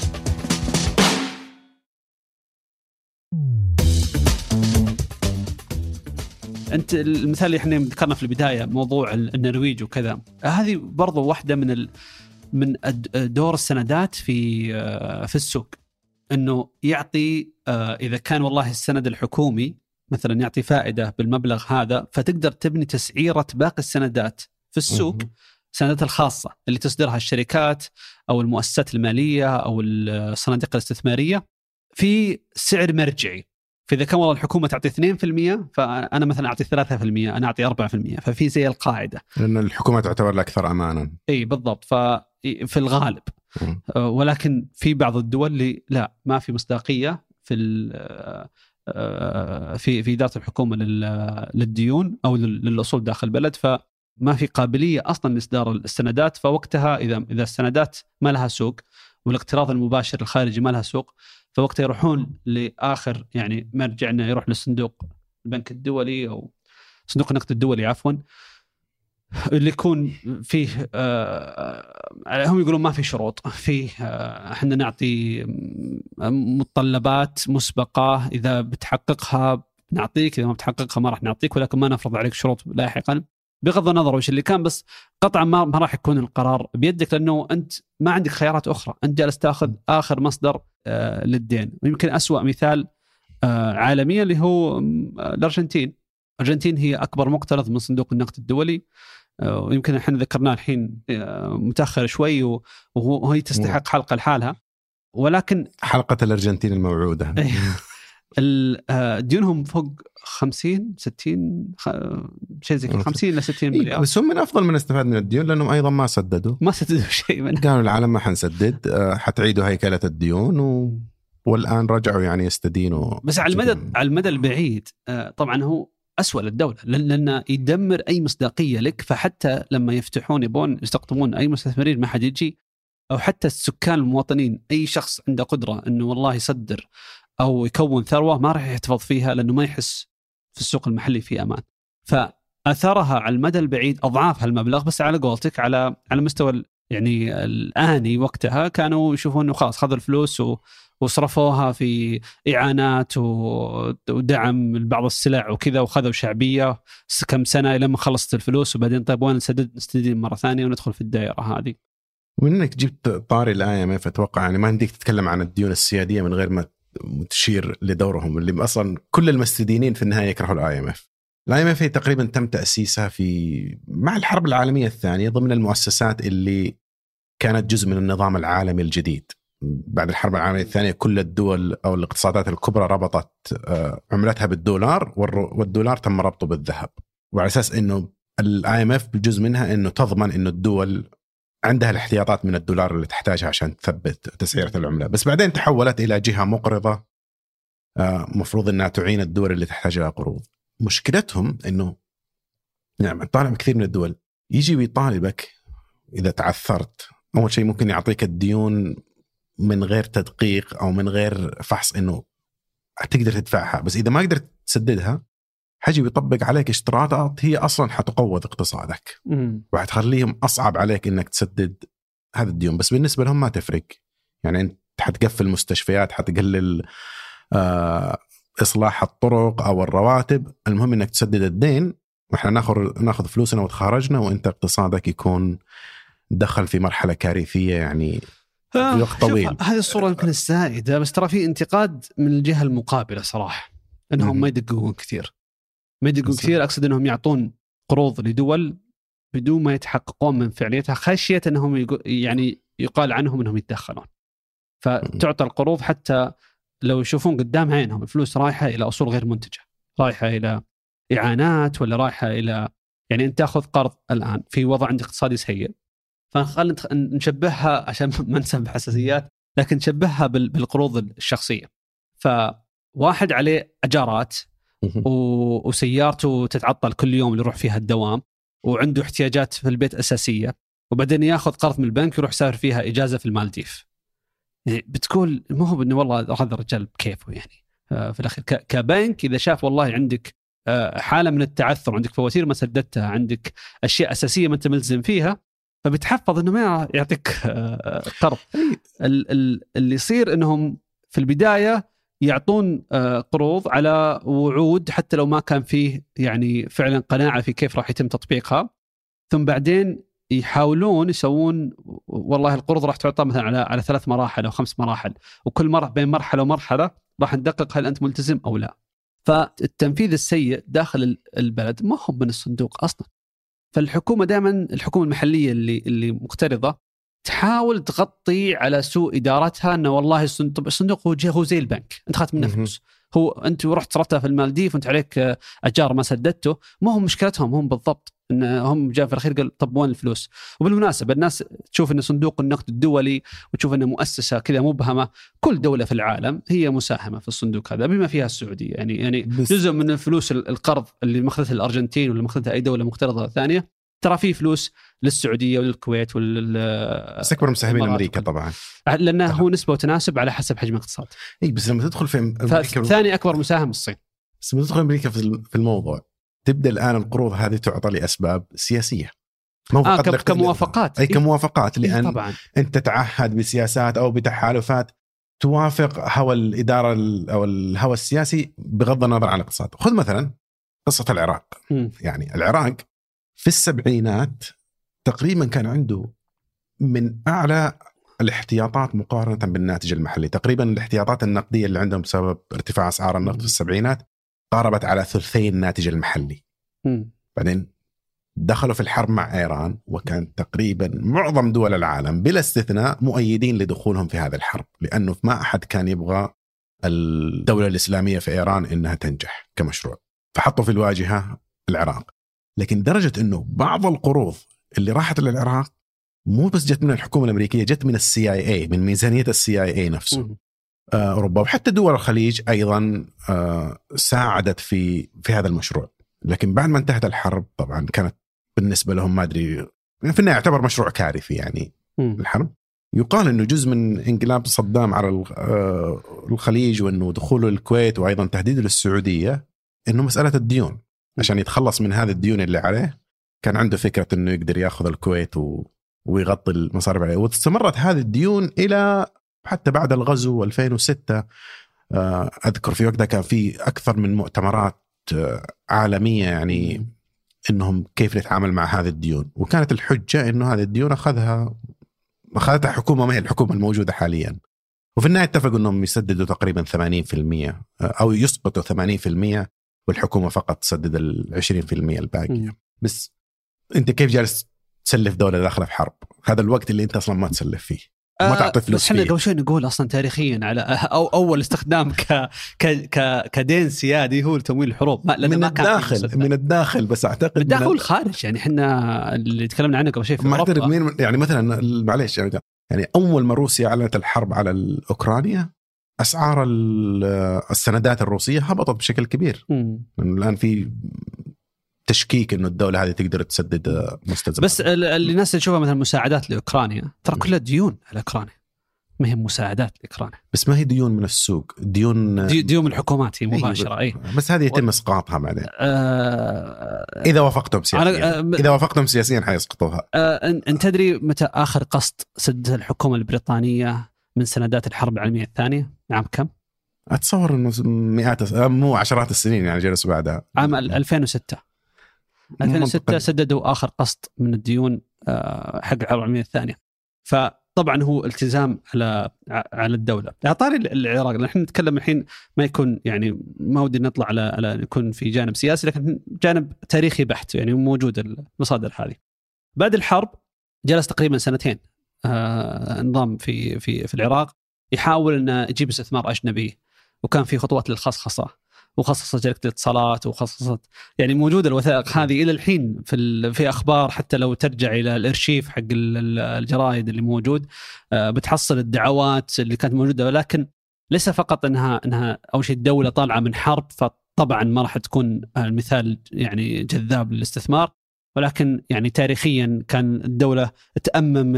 أنت المثال اللي احنا ذكرنا في البداية موضوع النرويج وكذا، هذه برضو واحدة من دور السندات في السوق، أنه يعطي إذا كان والله السند الحكومي مثلا يعطي فائدة بالمبلغ هذا، فتقدر تبني تسعيرة باقي السندات في السوق، السندات الخاصة اللي تصدرها الشركات أو المؤسسات المالية أو الصناديق الاستثمارية في سعر مرجعي. فإذا كان والله الحكومة تعطي 2%، فأنا مثلا أعطي 3%، أنا أعطي 4%، ففي زي القاعدة، لأن الحكومة تعتبر الأكثر أمانا. أي بالضبط، في الغالب. ولكن في بعض الدول اللي لا، ما في مصداقية في إدارة الحكومة للديون أو للأصول داخل البلد، فما في قابلية أصلا لإصدار السندات. فوقتها إذا السندات ما لها سوق والاقتراض المباشر الخارجي ما لها سوق، فوقتها يروحون لآخر يعني مرجعنا، يروح للصندوق البنك الدولي أو صندوق النقد الدولي عفوا، اللي يكون فيه هم يقولون ما في شروط فيه، احنا نعطي متطلبات مسبقة، إذا بتحققها نعطيك، إذا ما بتحققها ما راح نعطيك، ولكن ما نفرض عليك شروط لاحقا. بغض النظر وش اللي كان، بس قطعا ما راح يكون القرار بيدك، لأنه أنت ما عندك خيارات أخرى، أنت جالس تأخذ آخر مصدر للدين. ويمكن أسوأ مثال عالميا اللي هو الأرجنتين. الأرجنتين هي أكبر مقترض من صندوق النقد الدولي، ويمكن احنا ذكرناه الحين متأخر شوي، وهي تستحق حلقة لحالها، ولكن حلقة الأرجنتين الموعودة. ديونهم فوق 50 60 شيء زي 50 ل 60 إيه مليار. بس هم من افضل من استفاد من الديون لانهم ايضا ما سددوا شيء منه. قالوا العالم ما حنسدد، حتعيدوا هيكله الديون والان رجعوا يعني يستدينوا. بس على المدى البعيد طبعا هو أسوأ للدولة، لأنه يدمر أي مصداقية لك. فحتى لما يفتحون يبون يستقطبون أي مستثمرين ما حد يجي، أو حتى السكان المواطنين أي شخص عنده قدرة أنه والله يصدر أو يكون ثروة ما راح يحتفظ فيها لأنه ما يحس في السوق المحلي في أمان. فأثرها على المدى البعيد أضعاف هالمبلغ. بس على قولتك على مستوى يعني الآني وقتها كانوا يشوفون أنه خلاص خذوا الفلوس وصرفوها في إعانات ودعم بعض السلع وكذا، وخذوا شعبية كم سنة لما خلصت الفلوس، وبعدين طيب وين نستدين مرة ثانية وندخل في الدائرة هذه. وإنك جبت طاري الIMF أتوقع يعني ما عندك تتكلم عن الديون السيادية من غير ما تشير لدورهم اللي أصلا كل المستدينين في النهاية يكرهوا الIMF هي تقريبا تم تأسيسها مع الحرب العالمية الثانية ضمن المؤسسات اللي كانت جزء من النظام العالمي الجديد. بعد الحرب العالمية الثانية كل الدول أو الاقتصادات الكبرى ربطت عملتها بالدولار، والدولار تم ربطه بالذهب، وعلى أساس أنه الIMF بجزء منها أنه تضمن أنه الدول عندها الاحتياطات من الدولار اللي تحتاجها عشان تثبت تسعيرة العملة. بس بعدين تحولت إلى جهة مقرضة مفروض أنها تعين الدول اللي تحتاج لها قروض. مشكلتهم أنه يعني طالع كثير من الدول يجي ويطالبك إذا تعثرت أول شيء ممكن يعطيك الديون من غير تدقيق أو من غير فحص إنه هتقدر تدفعها، بس إذا ما قدرت تسددها حاجي بيطبق عليك اشتراطات هي أصلا حتقوض اقتصادك وحتخليهم أصعب عليك إنك تسدد هذا الديون. بس بالنسبة لهم ما تفرق، يعني أنت حتقفل مستشفيات، حتقلل إصلاح الطرق أو الرواتب، المهم إنك تسدد الدين وإحنا ناخذ فلوسنا وتخرجنا وإنت اقتصادك يكون دخل في مرحلة كارثية يعني في وقت طويل. هذه الصورة يمكن السائدة، بس ترى في انتقاد من الجهة المقابلة صراحة أنهم ما يدققون كثير. أقصد أنهم يعطون قروض لدول بدون ما يتحققون من فعليتها خشية أنهم يعني يقال عنهم أنهم يتدخلون. فتعطى القروض حتى لو يشوفون قدام عينهم الفلوس رايحة إلى أصول غير منتجة، رايحة إلى إعانات ولا رايحة إلى يعني أنت تأخذ قرض الآن في وضع عند اقتصادي سيء، فخلنا نشبهها عشان ما نسبح حساسيات، لكن نشبهها بالقروض الشخصية. فواحد عليه أجارات وسيارته تتعطل كل يوم اللي يروح فيها الدوام، وعنده احتياجات في البيت أساسية، وبعدين ياخذ قرض من البنك يروح يسافر فيها إجازة في المالديف. يعني بتقول ما هو إنه والله هذا الرجال بكيفه يعني. في الأخير كبنك إذا شاف والله عندك حالة من التعثر، عندك فواتير ما سددتها، عندك أشياء أساسية ما أنت ملزم فيها، فبتحفظ إنه ما يعطيك قرض. اللي يصير إنهم في البداية يعطون قروض على وعود حتى لو ما كان فيه يعني فعلا قناعة في كيف راح يتم تطبيقها، ثم بعدين يحاولون يسوون والله القروض راح تعطى مثلا على 3 مراحل أو 5 مراحل، وكل مرة بين مرحلة ومرحلة راح ندقق هل أنت ملتزم أو لا. فالتنفيذ السيء داخل البلد ما هو من الصندوق أصلا. فالحكومة دائما الحكومة المحلية اللي مقترضة تحاول تغطي على سوء إدارتها أنه والله الصندوق هو زي البنك، أنت خدت منه فلوس، هو أنت رحت صرفتها في المالديف وأنت عليك أجار ما سددته، ما هم مشكلتهم هم بالضبط، إن هم جاء في الأخير قال طب وين الفلوس. وبالمناسبة الناس تشوف أن صندوق النقد الدولي وتشوف أنه مؤسسة كذا مبهمة، كل دولة في العالم هي مساهمة في الصندوق هذا بما فيها السعودية، يعني جزء من الفلوس القرض اللي مخذتها الأرجنتين ولا مخذتها أي دولة مقترضة ثانية ترى فيه فلوس للسعودية وللكويت بس أكبر مساهمين أمريكا طبعا، لأنه هو نسبة وتناسب على حسب حجم الاقتصاد. إيه بس لما تدخل في أمريكا ثاني أكبر مساهم الصين. بس لما تدخل أمريكا في الموضوع تبدأ الآن القروض هذه تعطى لأسباب سياسية كموافقات. أي كموافقات لأن طبعا أنت تتعهد بسياسات أو بتحالفات توافق هوى الإدارة أو الهوى السياسي بغض النظر عن الاقتصاد. خذ مثلا قصة العراق. يعني العراق في السبعينات تقريبا كان عنده من أعلى الاحتياطات مقارنة بالناتج المحلي. تقريبا الاحتياطات النقدية اللي عندهم بسبب ارتفاع أسعار النفط في السبعينات قاربت على ثلثي الناتج المحلي. بعدين دخلوا في الحرب مع إيران، وكان تقريبا معظم دول العالم بلا استثناء مؤيدين لدخولهم في هذا الحرب، لأنه ما أحد كان يبغى الدولة الإسلامية في إيران إنها تنجح كمشروع، فحطوا في الواجهة العراق. لكن درجة إنه بعض القروض اللي راحت للعراق مو بس جت من الحكومة الأمريكية، جت من CIA، من ميزانية CIA نفسه. أوروبا وحتى دول الخليج أيضا ساعدت في هذا المشروع. لكن بعد ما انتهت الحرب طبعا كانت بالنسبة لهم ما أدري، في النهاية يعتبر مشروع كارثي يعني. الحرب يقال أنه جزء من انقلاب صدام على الخليج وأنه دخوله الكويت وأيضا تهديده للسعودية أنه مسألة الديون، عشان يتخلص من هذه الديون اللي عليه كان عنده فكرة أنه يقدر يأخذ الكويت ويغطي المصاريف عليه. واستمرت هذه الديون إلى حتى بعد الغزو 2006. أذكر في وقتها كان في أكثر من مؤتمرات عالمية يعني إنهم كيف نتعامل مع هذه الديون، وكانت الحجة إنه هذه الديون أخذتها حكومة ما هي الحكومة الموجودة حاليا. وفي النهاية اتفقوا إنهم يسددوا تقريبا 80% أو يسقطوا 80%، والحكومة فقط تسدد 20% الباقية. بس أنت كيف جالس تسلف دولة داخلة في حرب؟ هذا الوقت اللي أنت أصلا ما تسلف فيه، ما تعطي فلوس بس احنا قبل شوي نقول اصلا تاريخيا على اول استخدام كدين سيادي هو تمويل الحروب، من الداخل من الداخل، بس اعتقد من الداخل والخارج. يعني احنا اللي تكلمنا عنه قبل شوي في ما اعترف مين يعني مثلا معليش يعني اول ما روسيا اعلنت الحرب على اوكرانيا اسعار السندات الروسيه هبطت بشكل كبير. الان في تشكيك انه الدوله هذه تقدر تسدد مستلزمات. بس اللي الناس تشوفها مثلا مساعدات لاوكرانيا ترى كلها ديون على اوكرانيا، ما هي مساعدات لاوكرانيا، بس ما هي ديون من السوق، ديون من الحكومات هي مباشره. اي بس هذه يتم اسقاطها بعدين اذا وافقتم سياسيا. اذا وافقتم سياسيا حيسقطوها. انت تدري متى اخر قسط سدها الحكومه البريطانيه من سندات الحرب العالميه الثانيه؟ عام كم؟ اتصور انه مئات مو عشرات السنين يعني جلسوا بعدها. عام 2006 سددوا آخر قسط من الديون حق الحرب العالمية الثانية. فطبعا هو التزام على الدولة. طاري العراق، نحن نتكلم الحين ما يكون يعني ما ودي نطلع على يكون في جانب سياسي، لكن جانب تاريخي بحت يعني موجود المصادر هذه. بعد الحرب جلس تقريبا سنتين نظام في العراق يحاول أن يجيب استثمار أجنبي، وكان في خطوات للخصخصة، وخصصت شركة الاتصالات، وخصصت يعني موجودة الوثائق هذه إلى الحين في أخبار. حتى لو ترجع إلى الأرشيف حق الجرائد اللي موجود بتحصل الدعوات اللي كانت موجودة. ولكن ليس فقط إنها أول شيء الدولة طالعة من حرب، فطبعا ما راح تكون المثال يعني جذاب للاستثمار، ولكن يعني تاريخيا كان الدولة تأمم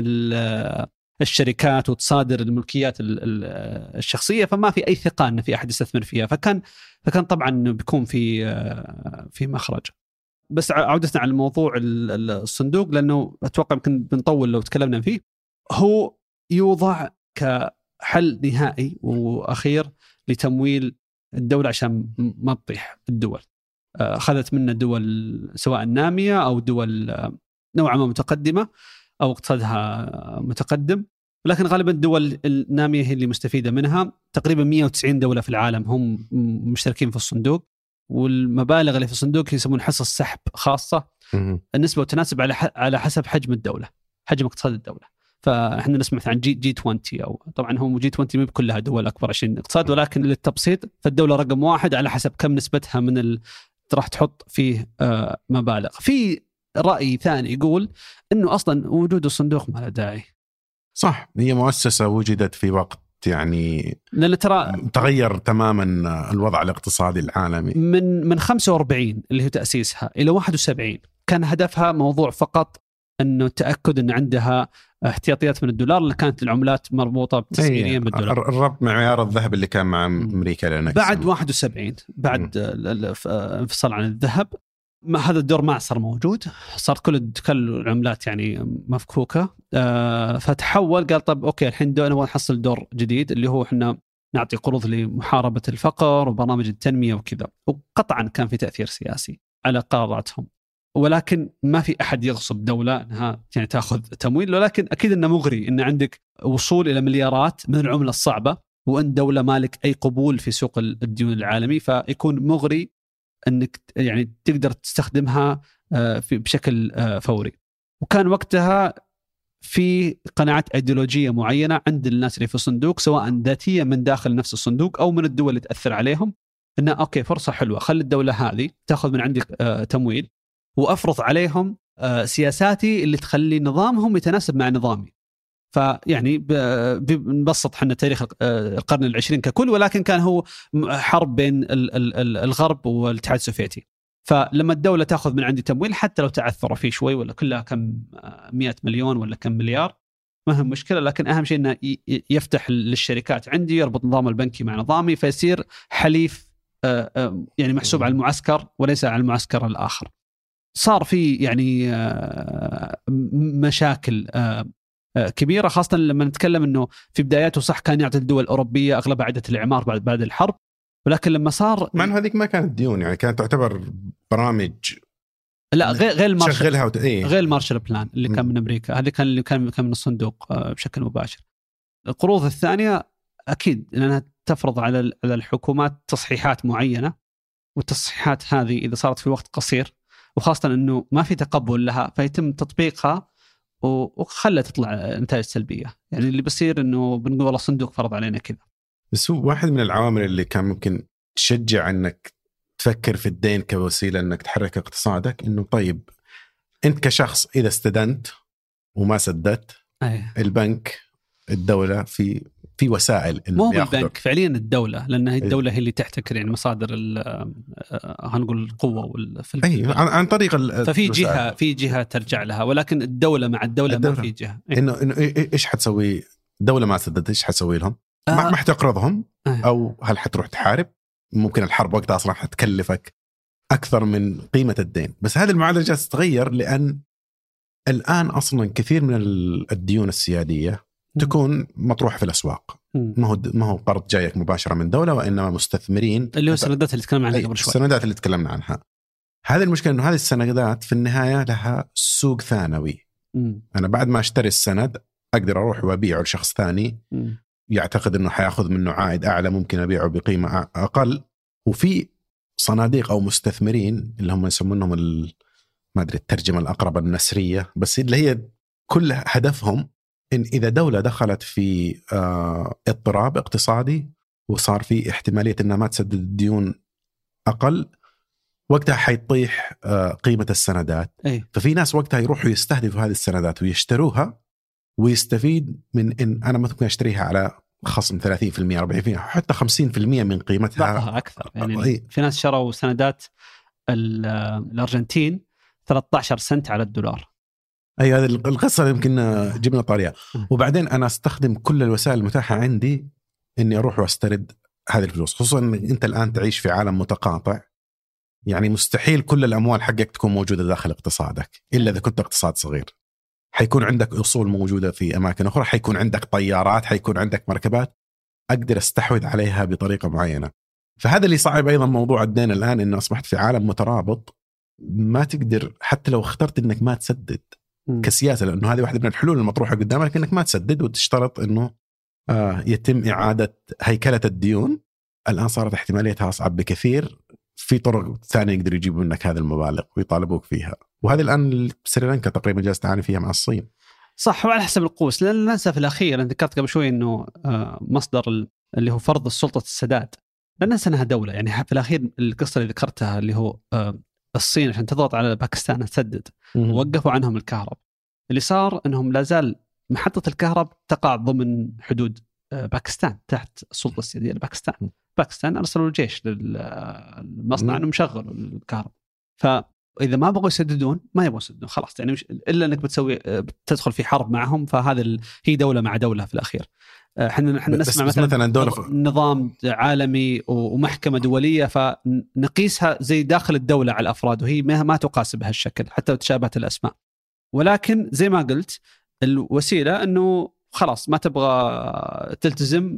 الشركات وتصادر الملكيات الشخصية، فما في أي ثقة أن في أحد يستثمر فيها. فكان طبعا بيكون في مخرج. بس عودة على الموضوع الصندوق، لأنه أتوقع يمكن بنطول لو تكلمنا فيه. هو يوضع كحل نهائي وأخير لتمويل الدولة عشان ما تطيح الدول. أخذت منه دول سواء نامية أو دول نوعا ما متقدمة أو اقتصادها متقدم، لكن غالبا الدول النامية هي اللي مستفيدة منها. تقريبا 190 دولة في العالم هم مشتركين في الصندوق، والمبالغ اللي في الصندوق يسمون حصص سحب خاصة. النسبة وتناسب على حسب حجم الدولة، حجم اقتصاد الدولة. فإحنا نسمع عن جي 20، أو طبعا هم جي 20 مو بكلها دول أكبر 20 اقتصاد، ولكن للتبسيط فالدولة رقم 1 على حسب كم نسبتها من راح تحط فيه مبالغ. في رأي ثاني يقول إنه أصلاً وجود الصندوق ما له داعي. صح، هي مؤسسة وجدت في وقت يعني لأن ترى تغير تماماً الوضع الاقتصادي العالمي. من 45 اللي هو تأسيسها إلى 71 كان هدفها موضوع فقط إنه تأكد إن عندها احتياطيات من الدولار، اللي كانت العملات مربوطة تسعيريا بالدولار. الربط معيار الذهب اللي كان مع أمريكا لأنك بعد 71 بعد الانفصال عن الذهب، هذا الدور ما صار موجود، صارت كل العملات يعني مفكوكة. فتحول قال طب أوكي الحين نبغى نحصل دور جديد اللي هو إحنا نعطي قروض لمحاربة الفقر وبرامج التنمية وكذا. وقطعا كان في تأثير سياسي على قراراتهم، ولكن ما في أحد يغصب دولة أنها يعني تأخذ تمويل. ولكن أكيد أنه مغري أن عندك وصول إلى مليارات من العملة الصعبة، وأن دولة مالك أي قبول في سوق الديون العالمي، فيكون مغري أنك يعني تقدر تستخدمها بشكل فوري. وكان وقتها في قناعات ايديولوجيه معينه عند الناس اللي في الصندوق، سواء ذاتيه من داخل نفس الصندوق او من الدول اللي تاثر عليهم، انه اوكي فرصه حلوه، خلي الدوله هذه تاخذ من عندي تمويل وافرض عليهم سياساتي اللي تخلي نظامهم يتناسب مع نظامي. فيعني بنبسط حنا تاريخ القرن العشرين ككل، ولكن كان هو حرب بين الغرب والاتحاد السوفيتي. فلما الدولة تأخذ من عندي تمويل حتى لو تعثر فيه شوي ولا كلها كم 100 مليون ولا كم مليار، ما هي مشكلة، لكن أهم شيء إنه يفتح للشركات عندي، يربط نظام البنكي مع نظامي، فيصير حليف يعني محسوب على المعسكر وليس على المعسكر الآخر. صار في يعني مشاكل كبيرة، خاصة لما نتكلم أنه في بداياته صح كان يعطي الدول الأوروبية أغلبها عدة الإعمار بعد الحرب، ولكن لما صار مع أنه هذيك ما كانت ديون، يعني كانت تعتبر برامج، لا غير شغلها غير المارشال بلان اللي كان من أمريكا، هذه كان من الصندوق بشكل مباشر. القروض الثانية أكيد لأنها تفرض على الحكومات تصحيحات معينة، والتصحيحات هذه إذا صارت في وقت قصير وخاصة أنه ما في تقبل لها فيتم تطبيقها وخلت تطلع نتائج سلبية. يعني اللي بصير أنه بنقول والله الصندوق فرض علينا كذا. بس هو واحد من العوامل اللي كان ممكن تشجع أنك تفكر في الدين كوسيلة أنك تحرك اقتصادك، أنه طيب أنت كشخص إذا استدنت وما سددت البنك الدولة في وسائل إنه مو البنك فعليا الدولة، لأن هي الدولة هي اللي تحتكر يعني مصادر هنقول القوة عن طريق ففي جهة ترجع لها، ولكن الدولة مع الدولة ما في جهة. إنه إيش حتسوي دولة ما سددت؟ إيش حتسوي لهم؟ ما حتقرضهم أو هل حتروح تحارب؟ ممكن الحرب وقتها أصلا حتكلفك أكثر من قيمة الدين. بس هذه المعالجة تتغير، لأن الآن أصلا كثير من الديون السيادية تكون مطروحة في الأسواق، ما هو قرض جايك مباشرة من دولة، وإنما مستثمرين، اللي هو السندات اللي تكلمنا عنها قبل شوي. السندات اللي تكلمنا عنها. هذه المشكلة، إنه هذه السندات في النهاية لها سوق ثانوي. أنا بعد ما أشتري السند أقدر أروح وأبيعه لشخص ثاني يعتقد إنه حياخذ منه عائد أعلى، ممكن أبيعه بقيمة أقل. وفي صناديق أو مستثمرين اللي هم يسمونهم ما أدري الترجمة الأقرب النسرية، بس اللي هي كل هدفهم إن إذا دولة دخلت في اضطراب اقتصادي وصار في احتمالية إنها ما تسدد الديون أقل، وقتها حيطيح قيمة السندات. ففي ناس وقتها يروحوا يستهدفوا هذه السندات ويشتروها، ويستفيد من إن أنا ممكن أشتريها على خصم 30% 40% حتى 50% من قيمتها أكثر. يعني في ناس شروا سندات الأرجنتين 13 سنت على الدولار. أي هذه القصة يمكن جبنا طريقة. وبعدين أنا أستخدم كل الوسائل المتاحة عندي إني أروح وأسترد هذه الفلوس، خصوصا إن أنت الآن تعيش في عالم متقاطع. يعني مستحيل كل الأموال حقك تكون موجودة داخل اقتصادك إلا إذا كنت اقتصاد صغير. حيكون عندك أصول موجودة في أماكن أخرى، حيكون عندك طيارات، حيكون عندك مركبات أقدر أستحوذ عليها بطريقة معينة. فهذا اللي صعب أيضا موضوع الدين الآن، إنه أصبحت في عالم مترابط، ما تقدر حتى لو اخترت إنك ما تسدد كسياسة، لأنه هذه واحدة من الحلول المطروحة قدامك، إنك ما تسدد وتشترط إنه يتم إعادة هيكلة الديون. الآن صارت احتماليتها أصعب بكثير. في طرق ثانية يقدروا يجيبوا منك هذه المبالغ ويطالبوك فيها، وهذه الآن سريلانكا تقريبا جالس تعاني فيها مع الصين. صح، وعلى حسب القوس. لأن للأسف الأخير أنا ذكرت قبل شوي إنه مصدر اللي هو فرض السلطة السداد، لأن أنها دولة. يعني في الأخير القصة اللي ذكرتها اللي هو الصين عشان تضغط على باكستان تسدد، ووقفوا عنهم الكهرب. اللي صار أنهم لازال محطة الكهرب تقع ضمن حدود باكستان، تحت السلطة السيادية لباكستان. باكستان أرسلوا الجيش للمصنع أنه مشغل الكهرب. فإذا ما بغوا يسددون ما يبغوا يسددون خلاص، يعني مش إلا أنك بتدخل في حرب معهم. فهذا هي دولة مع دولة في الأخير. احنا نسمع مثلا نظام عالمي ومحكمة دولية، فنقيسها زي داخل الدولة على الأفراد، وهي ما تقاس بهالشكل حتى لو تشابهت الأسماء. ولكن زي ما قلت الوسيلة أنه خلاص ما تبغى تلتزم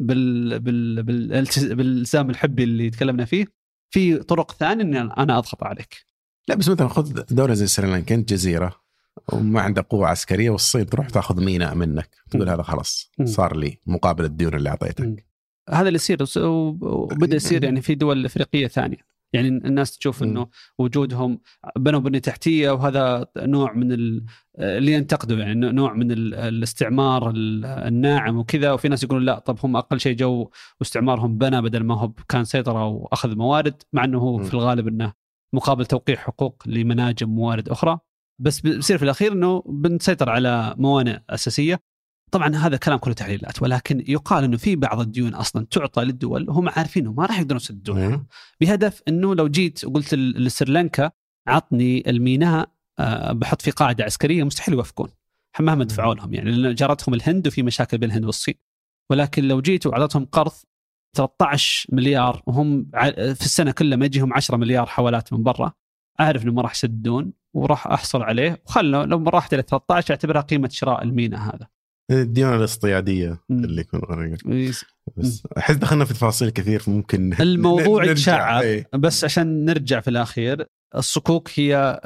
بالالتزام الحبي اللي تكلمنا فيه، في طرق ثانية أن أنا أضغط عليك. لا بس مثلا خذ دولة زي سريلانكا، جزيرة وما عندها قوة عسكرية، والصين تروح تأخذ ميناء منك تقول هذا خلاص صار لي مقابل الديون اللي أعطيتك. هذا اللي يصير، وبدأ يصير يعني في دول أفريقية ثانية. يعني الناس تشوف انه وجودهم بنوا بنية تحتية، وهذا نوع من اللي ينتقدوا، يعني نوع من الاستعمار الناعم وكذا. وفي ناس يقولون لا، طب هم اقل شيء جو واستعمارهم بنى بدل ما هو كان سيطرة واخذ موارد، مع انه هو في الغالب انه مقابل توقيع حقوق لمناجم موارد اخرى. بس بيصير في الاخير انه بنسيطر على موانئ اساسية. طبعا هذا كلام كله تحليلات، ولكن يقال انه في بعض الديون اصلا تعطى للدول وهم عارفين انه ما راح يقدرون يسدونها، بهدف انه لو جيت وقلت لسريلانكا عطني الميناء بحط في قاعده عسكريه، مستحيل يوافقون مهما دفعوا لهم، يعني لان جارتهم الهند وفي مشاكل بين الهند والصين. ولكن لو جيت وعطتهم قرض 13 مليار وهم في السنه كلها ما يجيهم 10 مليار حوالات من برا، اعرف انه ما راح يسدون وراح احصل عليه، وخلنا لو راحت الى 13 اعتبرها قيمه شراء الميناء هذا. الديون الاصطيادية اللي يكون غريب. بس أحس دخلنا في تفاصيل كثير، ممكن الموضوع يتشعب. بس عشان نرجع في الأخير، الصكوك هي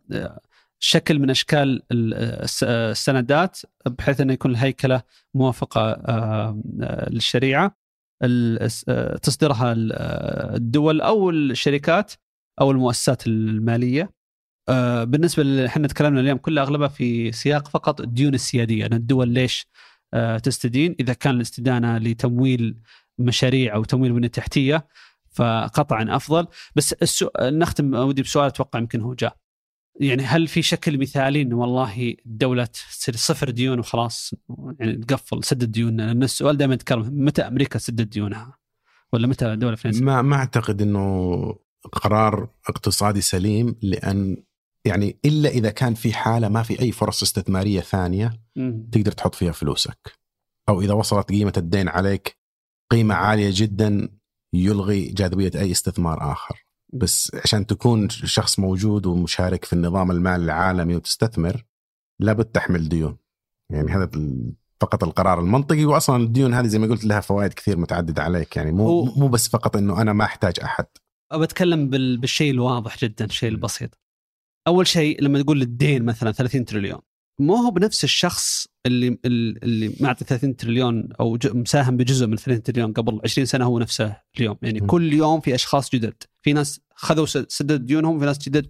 شكل من أشكال السندات، بحيث أن يكون الهيكلة موافقة للشريعة، تصدرها الدول أو الشركات أو المؤسسات المالية. بالنسبة اللي احنا تكلمنا اليوم كله أغلبها في سياق فقط الديون السيادية، أن الدول ليش تستدين. إذا كان الاستدانة لتمويل مشاريع أو تمويل بنية تحتية فقطعا أفضل. بس نختم ودي بسؤال أتوقع يمكن هو جاء، يعني هل في شكل مثالي إنه والله الدولة تصير صفر ديون وخلاص، يعني تقفل سدد ديوننا؟ لأن السؤال دائما يتكرر، متى أمريكا سدد ديونها ولا متى الدولة فلسطين؟ ما أعتقد إنه قرار اقتصادي سليم، لأن يعني إلا إذا كان في حالة ما في أي فرص استثمارية ثانية تقدر تحط فيها فلوسك، أو إذا وصلت قيمة الدين عليك قيمة عالية جدا يلغي جاذبية أي استثمار آخر. بس عشان تكون شخص موجود ومشارك في النظام المالي العالمي وتستثمر لابد تحمل ديون. يعني هذا فقط القرار المنطقي. وأصلا الديون هذه زي ما قلت لها فوائد كثير متعددة عليك، يعني مو بس فقط إنه أنا ما أحتاج أحد. أتكلم بالشيء الواضح جدا، الشيء البسيط. أول شيء لما تقول الدين مثلا 30 تريليون، مو هو بنفس الشخص اللي معطي 30 تريليون أو مساهم بجزء من 30 تريليون قبل 20 سنة هو نفسه اليوم. يعني كل يوم في أشخاص جدد، في ناس خذوا سدد ديونهم، في ناس جدد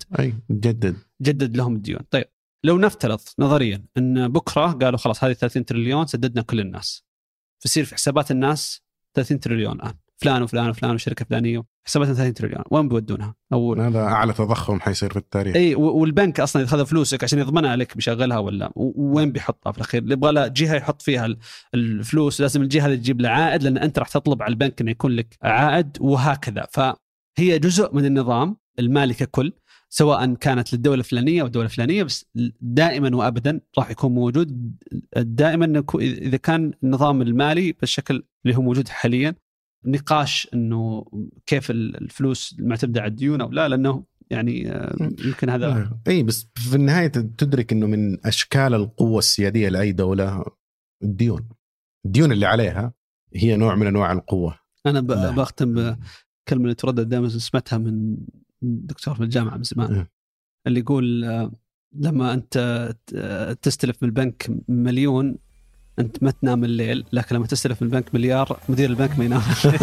جدد لهم الديون. طيب لو نفترض نظريا أن بكرة قالوا خلاص هذه 30 تريليون سددنا كل الناس، فيصير في حسابات الناس 30 تريليون الآن، فلان وفلان وفلان وشركة فلانية حساباتها 30 تريليون، وين بيودونها؟ هذا أعلى تضخم حيصير في التاريخ. أي والبنك أصلا يأخذ فلوسك عشان يضمنها عليك بيشغلها ولا وين بيحطها في الأخير؟ اللي يبغى له جهة يحط فيها الفلوس، لازم الجهة اللي تجيب له عائد، لأن أنت راح تطلب على البنك إنه يكون لك عائد، وهكذا. فهي جزء من النظام المالي ككل، سواء كانت للدولة الفلانية أو الدولة الفلانية، بس دائما وأبدا راح يكون موجود دائما. إذا كان النظام المالي بالشكل اللي هو موجود حاليا، نقاش انه كيف الفلوس المعتمده على الديون او لا، لانه يعني يمكن هذا اي. بس في النهايه تدرك انه من اشكال القوه السياديه لاي دوله الديون اللي عليها هي نوع من انواع القوه. انا بختم بكلمه اللي تردد دائما، سمعتها من دكتور في الجامعه من زمان، اللي يقول لما انت تستلف من البنك مليون أنت ما تنام الليل، لكن لما تستلف من البنك مليار مدير البنك ما ينام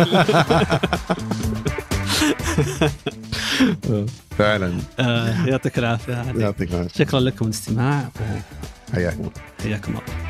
فعلا. يعطيك العافية. يعطيك العافية. شكرا لكم الاستماع. حياكم الله.